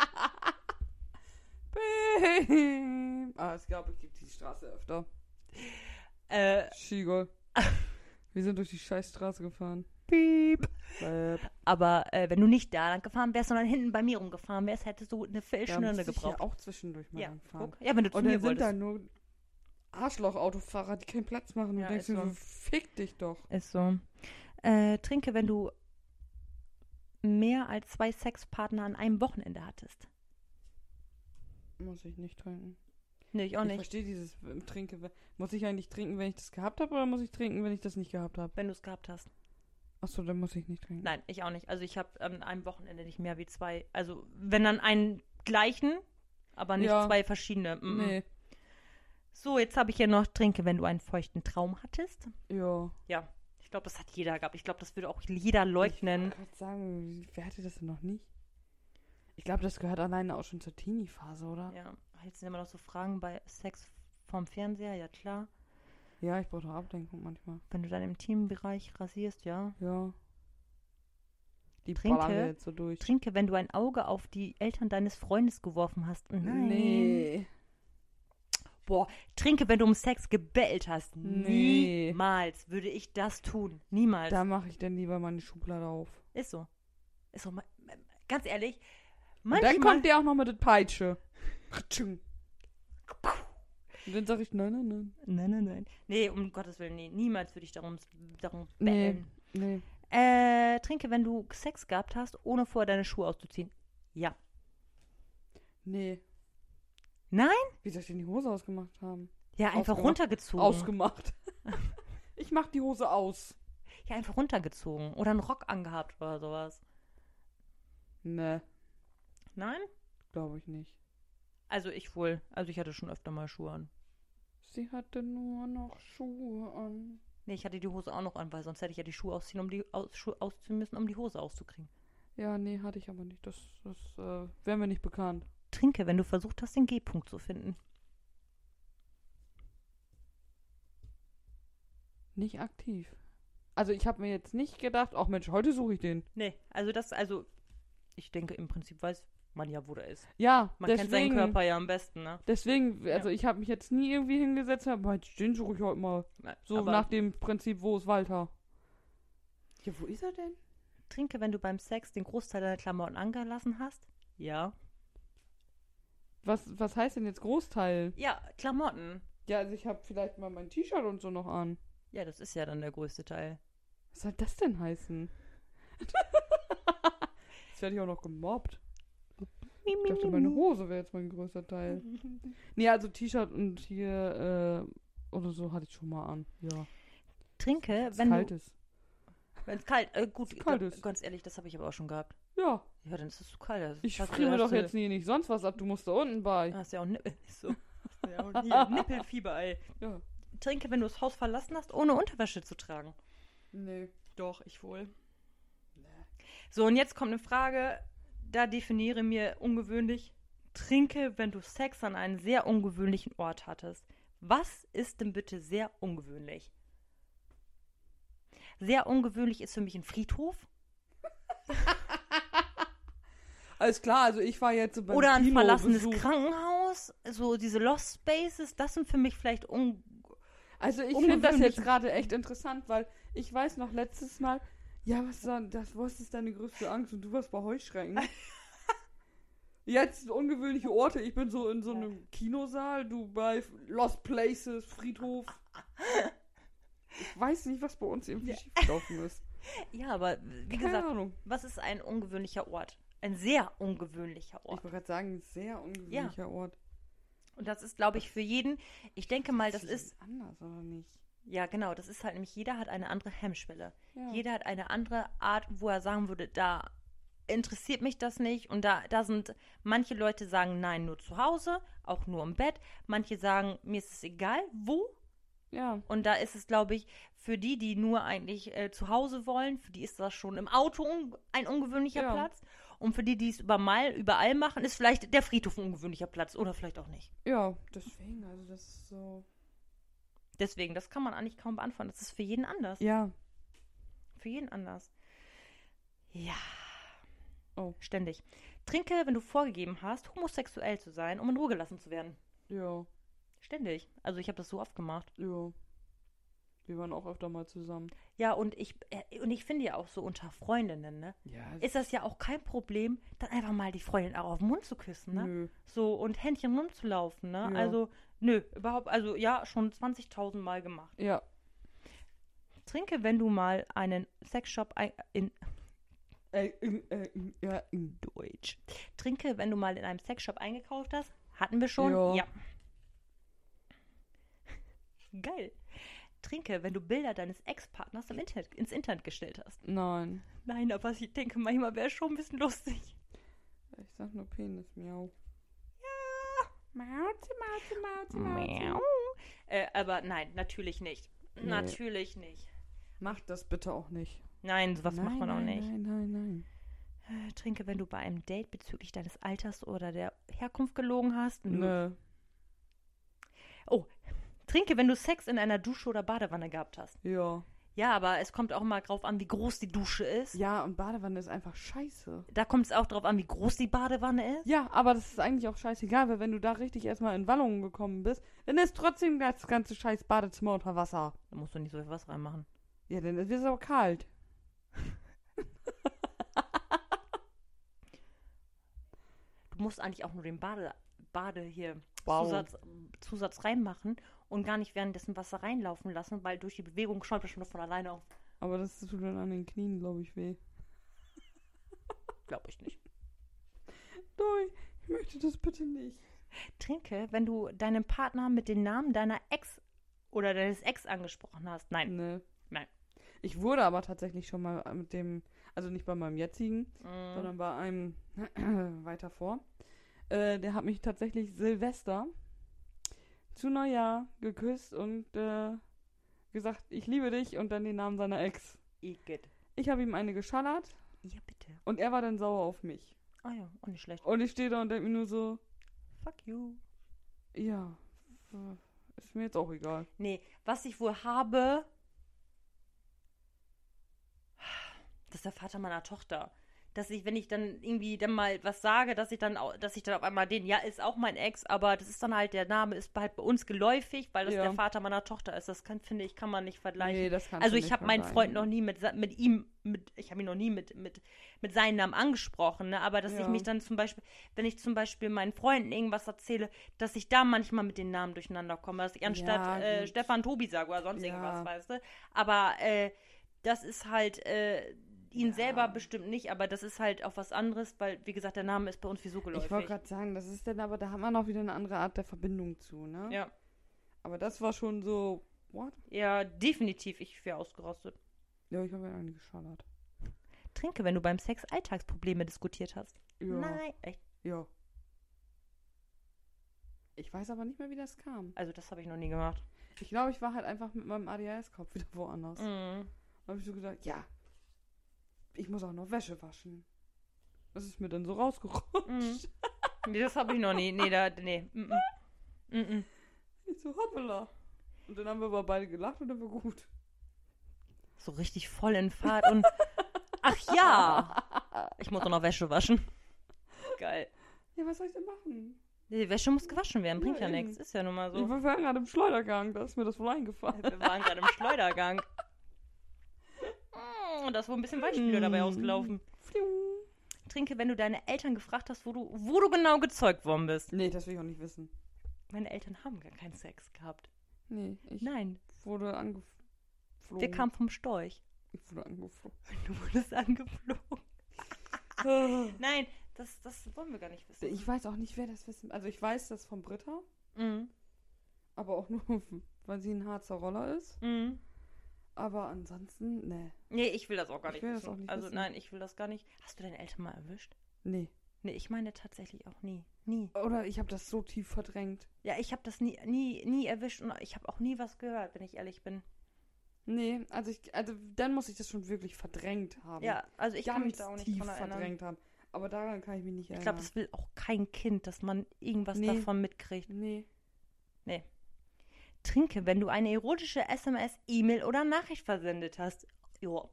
Ich glaube, ich gebe die Straße öfter. äh, Schiegel. Wir sind durch die Scheißstraße gefahren. piep. Ja, Aber wenn du nicht da lang gefahren wärst, sondern hinten bei mir rumgefahren wärst, hättest du eine Viertelstunde muss ich gebraucht. ja auch zwischendurch mal Ja, langfahren. guck. Ja, wenn du zu Und mir dann sind wolltest. da nur Arschloch-Autofahrer, die keinen Platz machen. Ja, und denkst ist du, so. fick dich doch. Ist so. Trinke, wenn du mehr als 2 Sexpartner an einem Wochenende hattest. Muss ich nicht trinken. Nee, ich auch Ich nicht. verstehe dieses Trinke. Muss ich eigentlich trinken, wenn ich das gehabt habe, oder muss ich trinken, wenn ich das nicht gehabt habe? Wenn du es gehabt hast. Achso, dann muss ich nicht trinken. Nein, ich auch nicht. Also ich habe an einem Wochenende nicht mehr wie 2. Also wenn dann einen gleichen, aber nicht Ja. 2 verschiedene. Nee. So, jetzt habe ich hier noch Trinke, wenn du einen feuchten Traum hattest. Ja. Ja, ich glaube, das hat jeder gehabt. Ich glaube, das würde auch jeder leugnen. Ich wollte gerade sagen, wer hatte das denn noch nicht? Ich glaube, das gehört alleine auch schon zur Teenie-Phase, oder? Ja, jetzt sind immer noch so Fragen bei Sex vorm Fernseher, ja klar. Ja, ich brauche doch Ablenkung manchmal. Wenn du dann im Teambereich rasierst, ja. Ja. Die Trinke. ballern wir jetzt so durch. Trinke, wenn du ein Auge auf die Eltern deines Freundes geworfen hast. Nein. Nee. Boah, trinke, wenn du um Sex gebellt hast. Nee. Niemals würde ich das tun. Niemals. Da mache ich dann lieber meine Schublade auf. Ist so. Ist so. Ganz ehrlich, Und dann kommt der auch noch mit der Peitsche. Und dann sage ich, nein. Nein. Nee, um Gottes Willen, nee. Niemals würde ich darum Nee, bellen. nee. Trinke, wenn du Sex gehabt hast, ohne vorher deine Schuhe auszuziehen. Ja. Nee. Nein? Wie soll ich denn die Hose ausgemacht haben? Ja, einfach Ausgemacht. runtergezogen. Ausgemacht. Ich mach die Hose aus. Ja, einfach runtergezogen. Oder einen Rock angehabt oder sowas. Nee, Nein? glaube ich nicht. Also ich wohl. Also ich hatte schon öfter mal Schuhe an. Sie hatte nur noch Schuhe an. Nee, ich hatte die Hose auch noch an, weil sonst hätte ich ja die Schuhe ausziehen müssen, um die Hose auszukriegen. Ja, nee, hatte ich aber nicht. Das wäre mir nicht bekannt. Trinke, wenn du versucht hast, den G-Punkt zu finden. Nicht aktiv. Also ich habe mir jetzt nicht gedacht, ach Mensch, heute suche ich den. Nee, ich denke, im Prinzip weiß man ja, wo der ist. Ja, Man kennt seinen deswegen, Körper ja am besten, ne? deswegen, also ich habe mich jetzt nie irgendwie hingesetzt und habe, den suche ich heute mal. So Aber nach dem Prinzip, wo ist Walter? Ja, wo ist er denn? trinke, wenn du beim Sex den Großteil deiner Klamotten angelassen hast. Ja. Was heißt denn jetzt Großteil? Ja, Klamotten. Ja, also ich habe vielleicht mal mein T-Shirt und so noch an. Ja, das ist ja dann der größte Teil. Was soll das denn heißen? Jetzt werde ich auch noch gemobbt. Ich dachte, meine Hose wäre jetzt mein größter Teil. Nee, also T-Shirt und hier oder so hatte ich schon mal an. Ja. Trinke, Wenn's wenn kalt du... ist. Wenn es kalt, gut, kalt ist. Ganz ehrlich, das habe ich aber auch schon gehabt. Ja. Ja, dann ist es zu kalt. Ich friere doch jetzt nicht sonst was ab. Du musst da unten bei. Hast ja auch so. Hast ja auch hier Nippelfieber, ey. Ja. Trinke, wenn du das Haus verlassen hast, ohne Unterwäsche zu tragen. Nee. Doch, ich wohl. So, und jetzt kommt eine Frage, da definiere mir ungewöhnlich. Trinke, wenn du Sex an einem sehr ungewöhnlichen Ort hattest. Was ist denn bitte sehr ungewöhnlich? Sehr ungewöhnlich ist für mich ein Friedhof. Alles klar, also ich war jetzt so beim Oder ein verlassenes Kinobesuch. Krankenhaus. So diese Lost Spaces, das sind für mich vielleicht Also ich finde das ungewöhnlich. jetzt gerade echt interessant, weil ich weiß noch letztes Mal, ja, was ist deine größte Angst? Und du warst bei Heuschrecken. Jetzt ungewöhnliche Orte, ich bin so in so einem Kinosaal, du bei Lost Places, Friedhof. Ich weiß nicht, was bei uns irgendwie schiefgelaufen ist. Ja, aber wie Keine gesagt, Ahnung. was ist ein ungewöhnlicher Ort? Ein sehr ungewöhnlicher Ich Ort. wollte gerade sagen, ein sehr ungewöhnlicher Ort. Und das ist, glaube ich, für jeden, ich denke mal, das ist, anders, oder nicht? ja genau, das ist halt nämlich, jeder hat eine andere Hemmschwelle. Ja. Jeder hat eine andere Art, wo er sagen würde, da interessiert mich das nicht. Und da sind, manche Leute sagen, nein, nur zu Hause, auch nur im Bett. Manche sagen, mir ist es egal, wo. Ja. Und da ist es, glaube ich, für die nur eigentlich zu Hause wollen, für die ist das schon im Auto ein ungewöhnlicher Ja. Platz. Und für die es überall machen, ist vielleicht der Friedhof ein ungewöhnlicher Platz oder vielleicht auch nicht. Ja, deswegen, also das ist so. Deswegen, das kann man eigentlich kaum beantworten. Das ist für jeden anders. Ja. Für jeden anders. Ja. Oh. Ständig. Trinke, wenn du vorgegeben hast, homosexuell zu sein, um in Ruhe gelassen zu werden. Ja. Ständig. Also ich habe das so oft gemacht. Ja. Wir waren auch öfter mal zusammen. Ja, und ich finde ja auch so unter Freundinnen, ne? Ja. Ist das ja auch kein Problem, dann einfach mal die Freundin auch auf den Mund zu küssen, ne? Nö. So, und Händchen rumzulaufen, ne? Ja. Also, nö, überhaupt, also ja, schon 20.000 Mal gemacht. Ja. Trinke, wenn du mal einen Sexshop in Ja. Deutsch. Trinke, wenn du mal in einem Sexshop eingekauft hast. Hatten wir schon? Ja. Ja. Geil. Trinke, wenn du Bilder deines Ex-Partners ins Internet gestellt hast. Nein. Nein, aber ich denke, manchmal wäre es schon ein bisschen lustig. Ich sag nur Penis, miau. Ja. Mauzi. Miau. Aber nein, natürlich nicht. Nee. Natürlich nicht. Macht das bitte auch nicht. Nein, sowas macht man auch nicht. Nein. Trinke, wenn du bei einem Date bezüglich deines Alters oder der Herkunft gelogen hast. Nö. Oh, trinke, wenn du Sex in einer Dusche oder Badewanne gehabt hast. Ja. Ja, aber es kommt auch mal drauf an, wie groß die Dusche ist. Ja, und Badewanne ist einfach scheiße. Da kommt es auch drauf an, wie groß die Badewanne ist. Ja, aber das ist eigentlich auch scheißegal, weil wenn du da richtig erstmal in Wallungen gekommen bist, dann ist trotzdem das ganze scheiß Badezimmer unter Wasser. Da musst du nicht so viel Wasser reinmachen. Ja, dann wird es aber kalt. Du musst eigentlich auch nur den Wow. Zusatz reinmachen und gar nicht währenddessen Wasser reinlaufen lassen, weil durch die Bewegung schäumt das schon von alleine auf. Aber das tut dann an den Knien, glaube ich, weh. Glaube ich nicht. Nein, ich möchte das bitte nicht. Trinke, wenn du deinen Partner mit dem Namen deiner Ex oder deines Ex angesprochen hast. Nein. Nee. Nein. Ich wurde aber tatsächlich schon mal mit dem, also nicht bei meinem jetzigen, sondern bei einem weiter vor. Der hat mich tatsächlich Silvester zu Neujahr geküsst und gesagt, ich liebe dich und dann den Namen seiner Ex. Igitt. Ich habe ihm eine geschallert Ja, bitte. und er war dann sauer auf mich. Ah ja, auch nicht schlecht. Und ich stehe da und denke mir nur so, Fuck you. ja, ist mir jetzt auch egal. Nee, was ich wohl habe, das ist der Vater meiner Tochter. Dass ich, wenn ich dann irgendwie dann mal was sage, dass ich dann auf einmal ja, ist auch mein Ex, aber das ist dann halt, der Name ist halt bei uns geläufig, weil das Ja. der Vater meiner Tochter ist. Das finde ich, kann man nicht vergleichen. Nee, das kannst Also du ich nicht habe meinen vergleichen. Freund noch nie ich habe ihn noch nie mit seinem Namen angesprochen, ne? Aber dass Ja. ich mich dann zum Beispiel, wenn ich zum Beispiel meinen Freunden irgendwas erzähle, dass ich da manchmal mit den Namen durcheinander komme, dass ich anstatt Ja, gut. Stefan Tobi sage oder sonst Ja. irgendwas, weißt du. Aber das ist halt ihn Ja. selber bestimmt nicht, aber das ist halt auch was anderes, weil, wie gesagt, der Name ist bei uns wie so geläufig. Ich wollte gerade sagen, das ist dann aber, da hat man auch wieder eine andere Art der Verbindung zu, ne? Ja. Aber das war schon so, what? Ja, definitiv, ich wäre ausgerastet. Ja, ich habe ja eine geschallert. Trinke, wenn du beim Sex Alltagsprobleme diskutiert hast. Ja. Nein, echt? Ja. Ich weiß aber nicht mehr, wie das kam. Also das habe ich noch nie gemacht. Ich glaube, ich war halt einfach mit meinem ADHS-Kopf wieder woanders. Mhm. Da habe ich so gesagt, ja, ich muss auch noch Wäsche waschen. Das ist mir dann so rausgerutscht. Mhm. Nee, das habe ich noch nie. Nee. Mhm. Ich so, hoppala. Und dann haben wir aber beide gelacht und dann war gut. So richtig voll in Fahrt und ach ja, ich muss doch noch Wäsche waschen. Geil. Ja, was soll ich denn machen? Die Wäsche muss gewaschen werden, bringt ja Ja, eben. nichts. Ist ja nun mal Ich so. war gerade im Schleudergang, da ist mir das wohl eingefallen. Wir waren gerade im Schleudergang. Und da ist wohl ein bisschen Weichspüler dabei ausgelaufen. Fliu. Trinke, wenn du deine Eltern gefragt hast, wo du genau gezeugt worden bist. Nee, das will ich auch nicht wissen. Meine Eltern haben gar keinen Sex gehabt. Nee, ich Nein, wurde angeflogen. wir kamen vom Storch. Ich wurde angeflogen. Du wurdest angeflogen. Nein, das wollen wir gar nicht wissen. Ich weiß auch nicht, wer das wissen. Also ich weiß das von Britta, Mhm. aber auch nur, weil sie ein Harzer Roller ist. Mhm. Aber ansonsten, nee. Nee, ich will das auch gar Ich nicht will wissen. das auch nicht Also wissen. nein, ich will das gar nicht. Hast du deine Eltern mal erwischt? Nee. Nee, ich meine tatsächlich auch nie. Nie. Oder ich habe das so tief verdrängt. Ja, ich habe das nie erwischt und ich habe auch nie was gehört, wenn ich ehrlich bin. Nee, also dann muss ich das schon wirklich verdrängt haben. Ja, also ich kann mich da auch Ganz nicht tief dran erinnern. verdrängt haben. Aber daran kann ich mich nicht Ich erinnern. glaube, das will auch kein Kind, dass man irgendwas Nee. davon mitkriegt. Nee. Trinke, wenn du eine erotische SMS, E-Mail oder Nachricht versendet hast. Jo.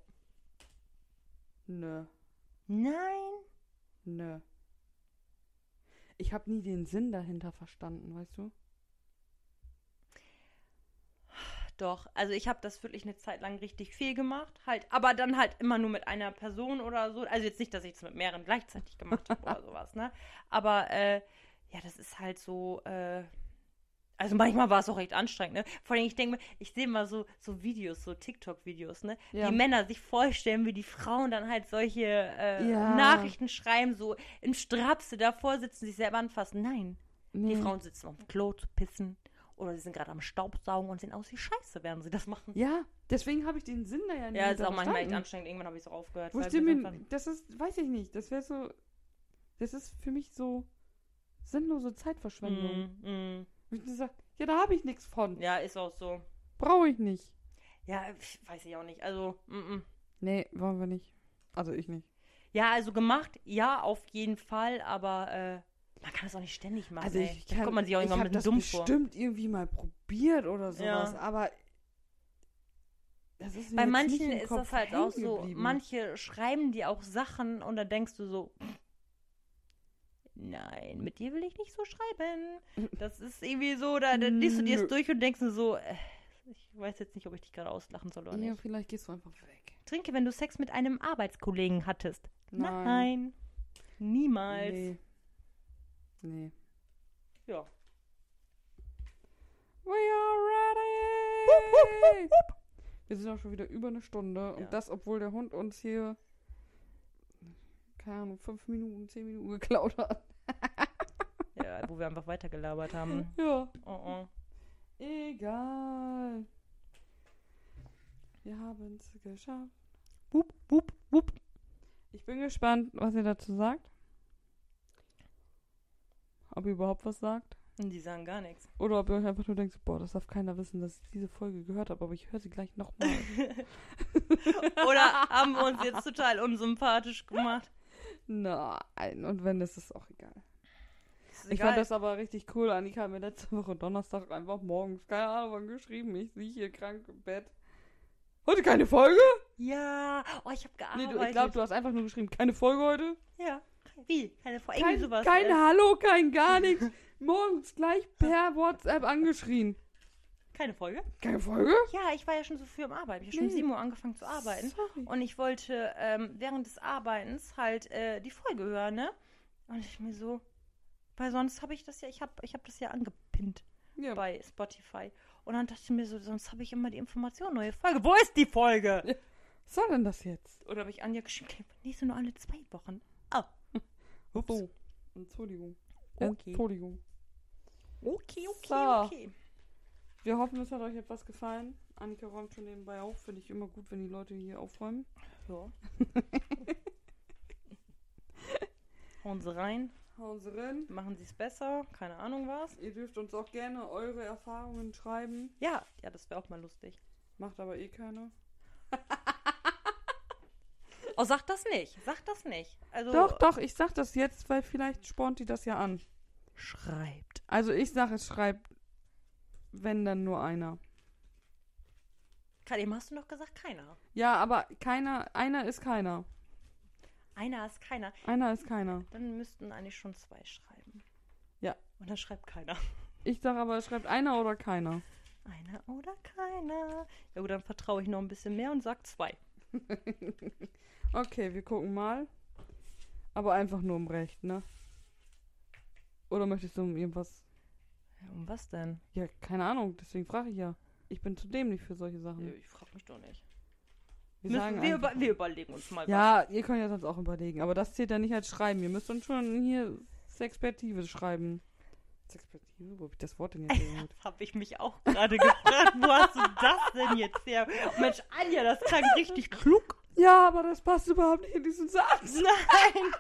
Nö. Nein. Nö. Ich habe nie den Sinn dahinter verstanden, weißt du? Doch, also ich habe das wirklich eine Zeit lang richtig viel gemacht, halt, aber dann halt immer nur mit einer Person oder so. Also jetzt nicht, dass ich es mit mehreren gleichzeitig gemacht habe oder sowas, ne? Aber ja, das ist halt so, also manchmal war es auch recht anstrengend, ne? Vor allem, ich denke mir, ich sehe mal so Videos, so TikTok-Videos, ne? Ja. Die Männer sich vorstellen, wie die Frauen dann halt solche Ja. Nachrichten schreiben, so im Strapse davor sitzen, sich selber anfassen. Nein, Nee. die Frauen sitzen auf dem Klo zu pissen oder sie sind gerade am Staubsaugen und sehen aus wie Scheiße, während sie das machen. Ja, deswegen habe ich den Sinn da ja nicht Ja, ist auch manchmal echt verstanden. anstrengend. Irgendwann habe ich es auch aufgehört. Wo weil stimmt wir mir, einfach- das ist, weiß ich nicht, das wäre so, das ist für mich so sinnlose Zeitverschwendung. Mm. Und ich sag, ja, da habe ich nichts von. Ja, ist auch so. Brauche ich nicht. Ja, weiß ich auch nicht. Also, Nee, wollen wir nicht. Also ich nicht. Ja, also gemacht, ja, auf jeden Fall, aber man kann das auch nicht ständig machen. Also Da kommt man sich auch irgendwann ein bisschen dumm vor. bestimmt irgendwie mal probiert oder sowas, Ja. aber das ist mir Bei jetzt manchen nicht im ist Kopf das halt auch hängen so, geblieben. manche schreiben dir auch Sachen und dann denkst du so, nein, mit dir will ich nicht so schreiben. Das ist irgendwie so, da liest du dir es durch und denkst du so, ich weiß jetzt nicht, ob ich dich gerade auslachen soll oder Ja, nicht. vielleicht gehst du einfach weg. Trinke, wenn du Sex mit einem Arbeitskollegen hattest. Nein. Nein. Niemals. Nee. Ja. We are ready! Wir sind auch schon wieder über eine Stunde. Ja. Und das, obwohl der Hund uns hier, keine Ahnung, 5 Minuten, 10 Minuten geklaut hat. Ja, wo wir einfach weitergelabert haben. Ja. Oh. Egal. Wir haben es geschafft. Wupp, wupp, wupp. Ich bin gespannt, was ihr dazu sagt. Ob ihr überhaupt was sagt. Und die sagen gar nichts. Oder ob ihr euch einfach nur denkt, boah, das darf keiner wissen, dass ich diese Folge gehört habe, aber ich höre sie gleich nochmal. Oder haben wir uns jetzt total unsympathisch gemacht? Nein, und wenn, ist es auch egal. Ist Ich egal. fand das aber richtig cool. Annika hat mir letzte Woche Donnerstag einfach morgens, keine Ahnung, wann geschrieben. Ich liege hier krank im Bett. Heute keine Folge? Ja. Oh, ich habe Nee, gearbeitet. ich glaube, du hast einfach nur geschrieben, keine Folge heute? Ja. Wie? Keine Folge. Irgendwie sowas. Kein Hallo, kein gar nichts. Morgens gleich per WhatsApp angeschrien. Keine Folge? Keine Folge? Ja, ich war ja schon so früh am Arbeiten. Ich habe schon um 7 Uhr angefangen zu arbeiten. Sorry. Und ich wollte während des Arbeitens halt die Folge hören, ne? Und ich mir so, weil sonst habe ich das ja, ich hab das ja angepinnt Ja. bei Spotify. Und dann dachte ich mir so, sonst habe ich immer die Information, neue Folge. Wo ist die Folge? Ja. Was soll denn das jetzt? Oder habe ich Anja geschrieben, nächste nur alle 2 Wochen. Oh. Ups. Oh, Entschuldigung. Okay. Entschuldigung. Okay. So. Wir hoffen, es hat euch etwas gefallen. Annika räumt schon nebenbei auf. Finde ich immer gut, wenn die Leute hier aufräumen. Ja. Hauen sie rein, Hauen Sie rein. machen sie es besser, keine Ahnung was. Ihr dürft uns auch gerne eure Erfahrungen schreiben. Ja, das wäre auch mal lustig. Macht aber eh keiner. Oh, sag das nicht. Also, Doch, ich sag das jetzt, weil vielleicht spornt die das ja an. schreibt. Also ich sage, es schreibt, wenn dann nur einer. Gerade eben hast du noch gesagt, keiner. Ja, aber einer ist keiner. Einer ist keiner. Einer ist keiner. Dann müssten eigentlich schon 2 schreiben. Ja. Und dann schreibt keiner. Ich sage aber, es schreibt einer oder keiner. Einer oder keiner. Ja gut, dann vertraue ich noch ein bisschen mehr und sag 2. Okay, wir gucken mal. Aber einfach nur um Recht, ne? Oder möchtest du um irgendwas? Ja, um was denn? Ja, keine Ahnung, deswegen frage ich ja. Ich bin zu dämlich für solche Sachen. Ich frage mich doch nicht. Wir Wir überlegen uns mal was. Ja, ihr könnt ja sonst auch überlegen. Aber das zählt ja nicht als Schreiben. Ihr müsst uns schon hier Sexpertive schreiben. Sexpertive? Wo hab ich das Wort denn jetzt gehört? Das habe ich mich auch gerade gefragt. Wo hast du das denn jetzt her? Mensch, Anja, das klang richtig klug. Ja, aber das passt überhaupt nicht in diesen Satz. Nein.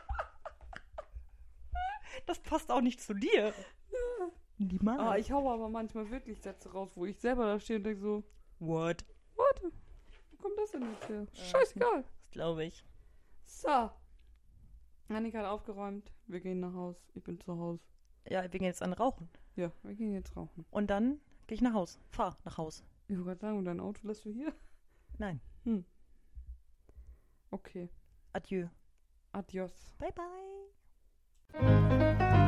Das passt auch nicht zu dir. Niemals. Ah, ich hau aber manchmal wirklich Sätze raus, wo ich selber da stehe und denke so, What? warte, wo kommt das denn jetzt her? Ja. Scheißegal. Das glaube ich. So. Annika hat aufgeräumt. Wir gehen nach Haus. Ich bin zu Hause. Ja, wir gehen jetzt an Rauchen. Ja, wir gehen jetzt rauchen. Und dann gehe ich nach Haus. Fahr nach Haus. Ich wollte gerade sagen, und dein Auto lässt du hier? Nein. Okay. Adieu. Adios. Bye, bye.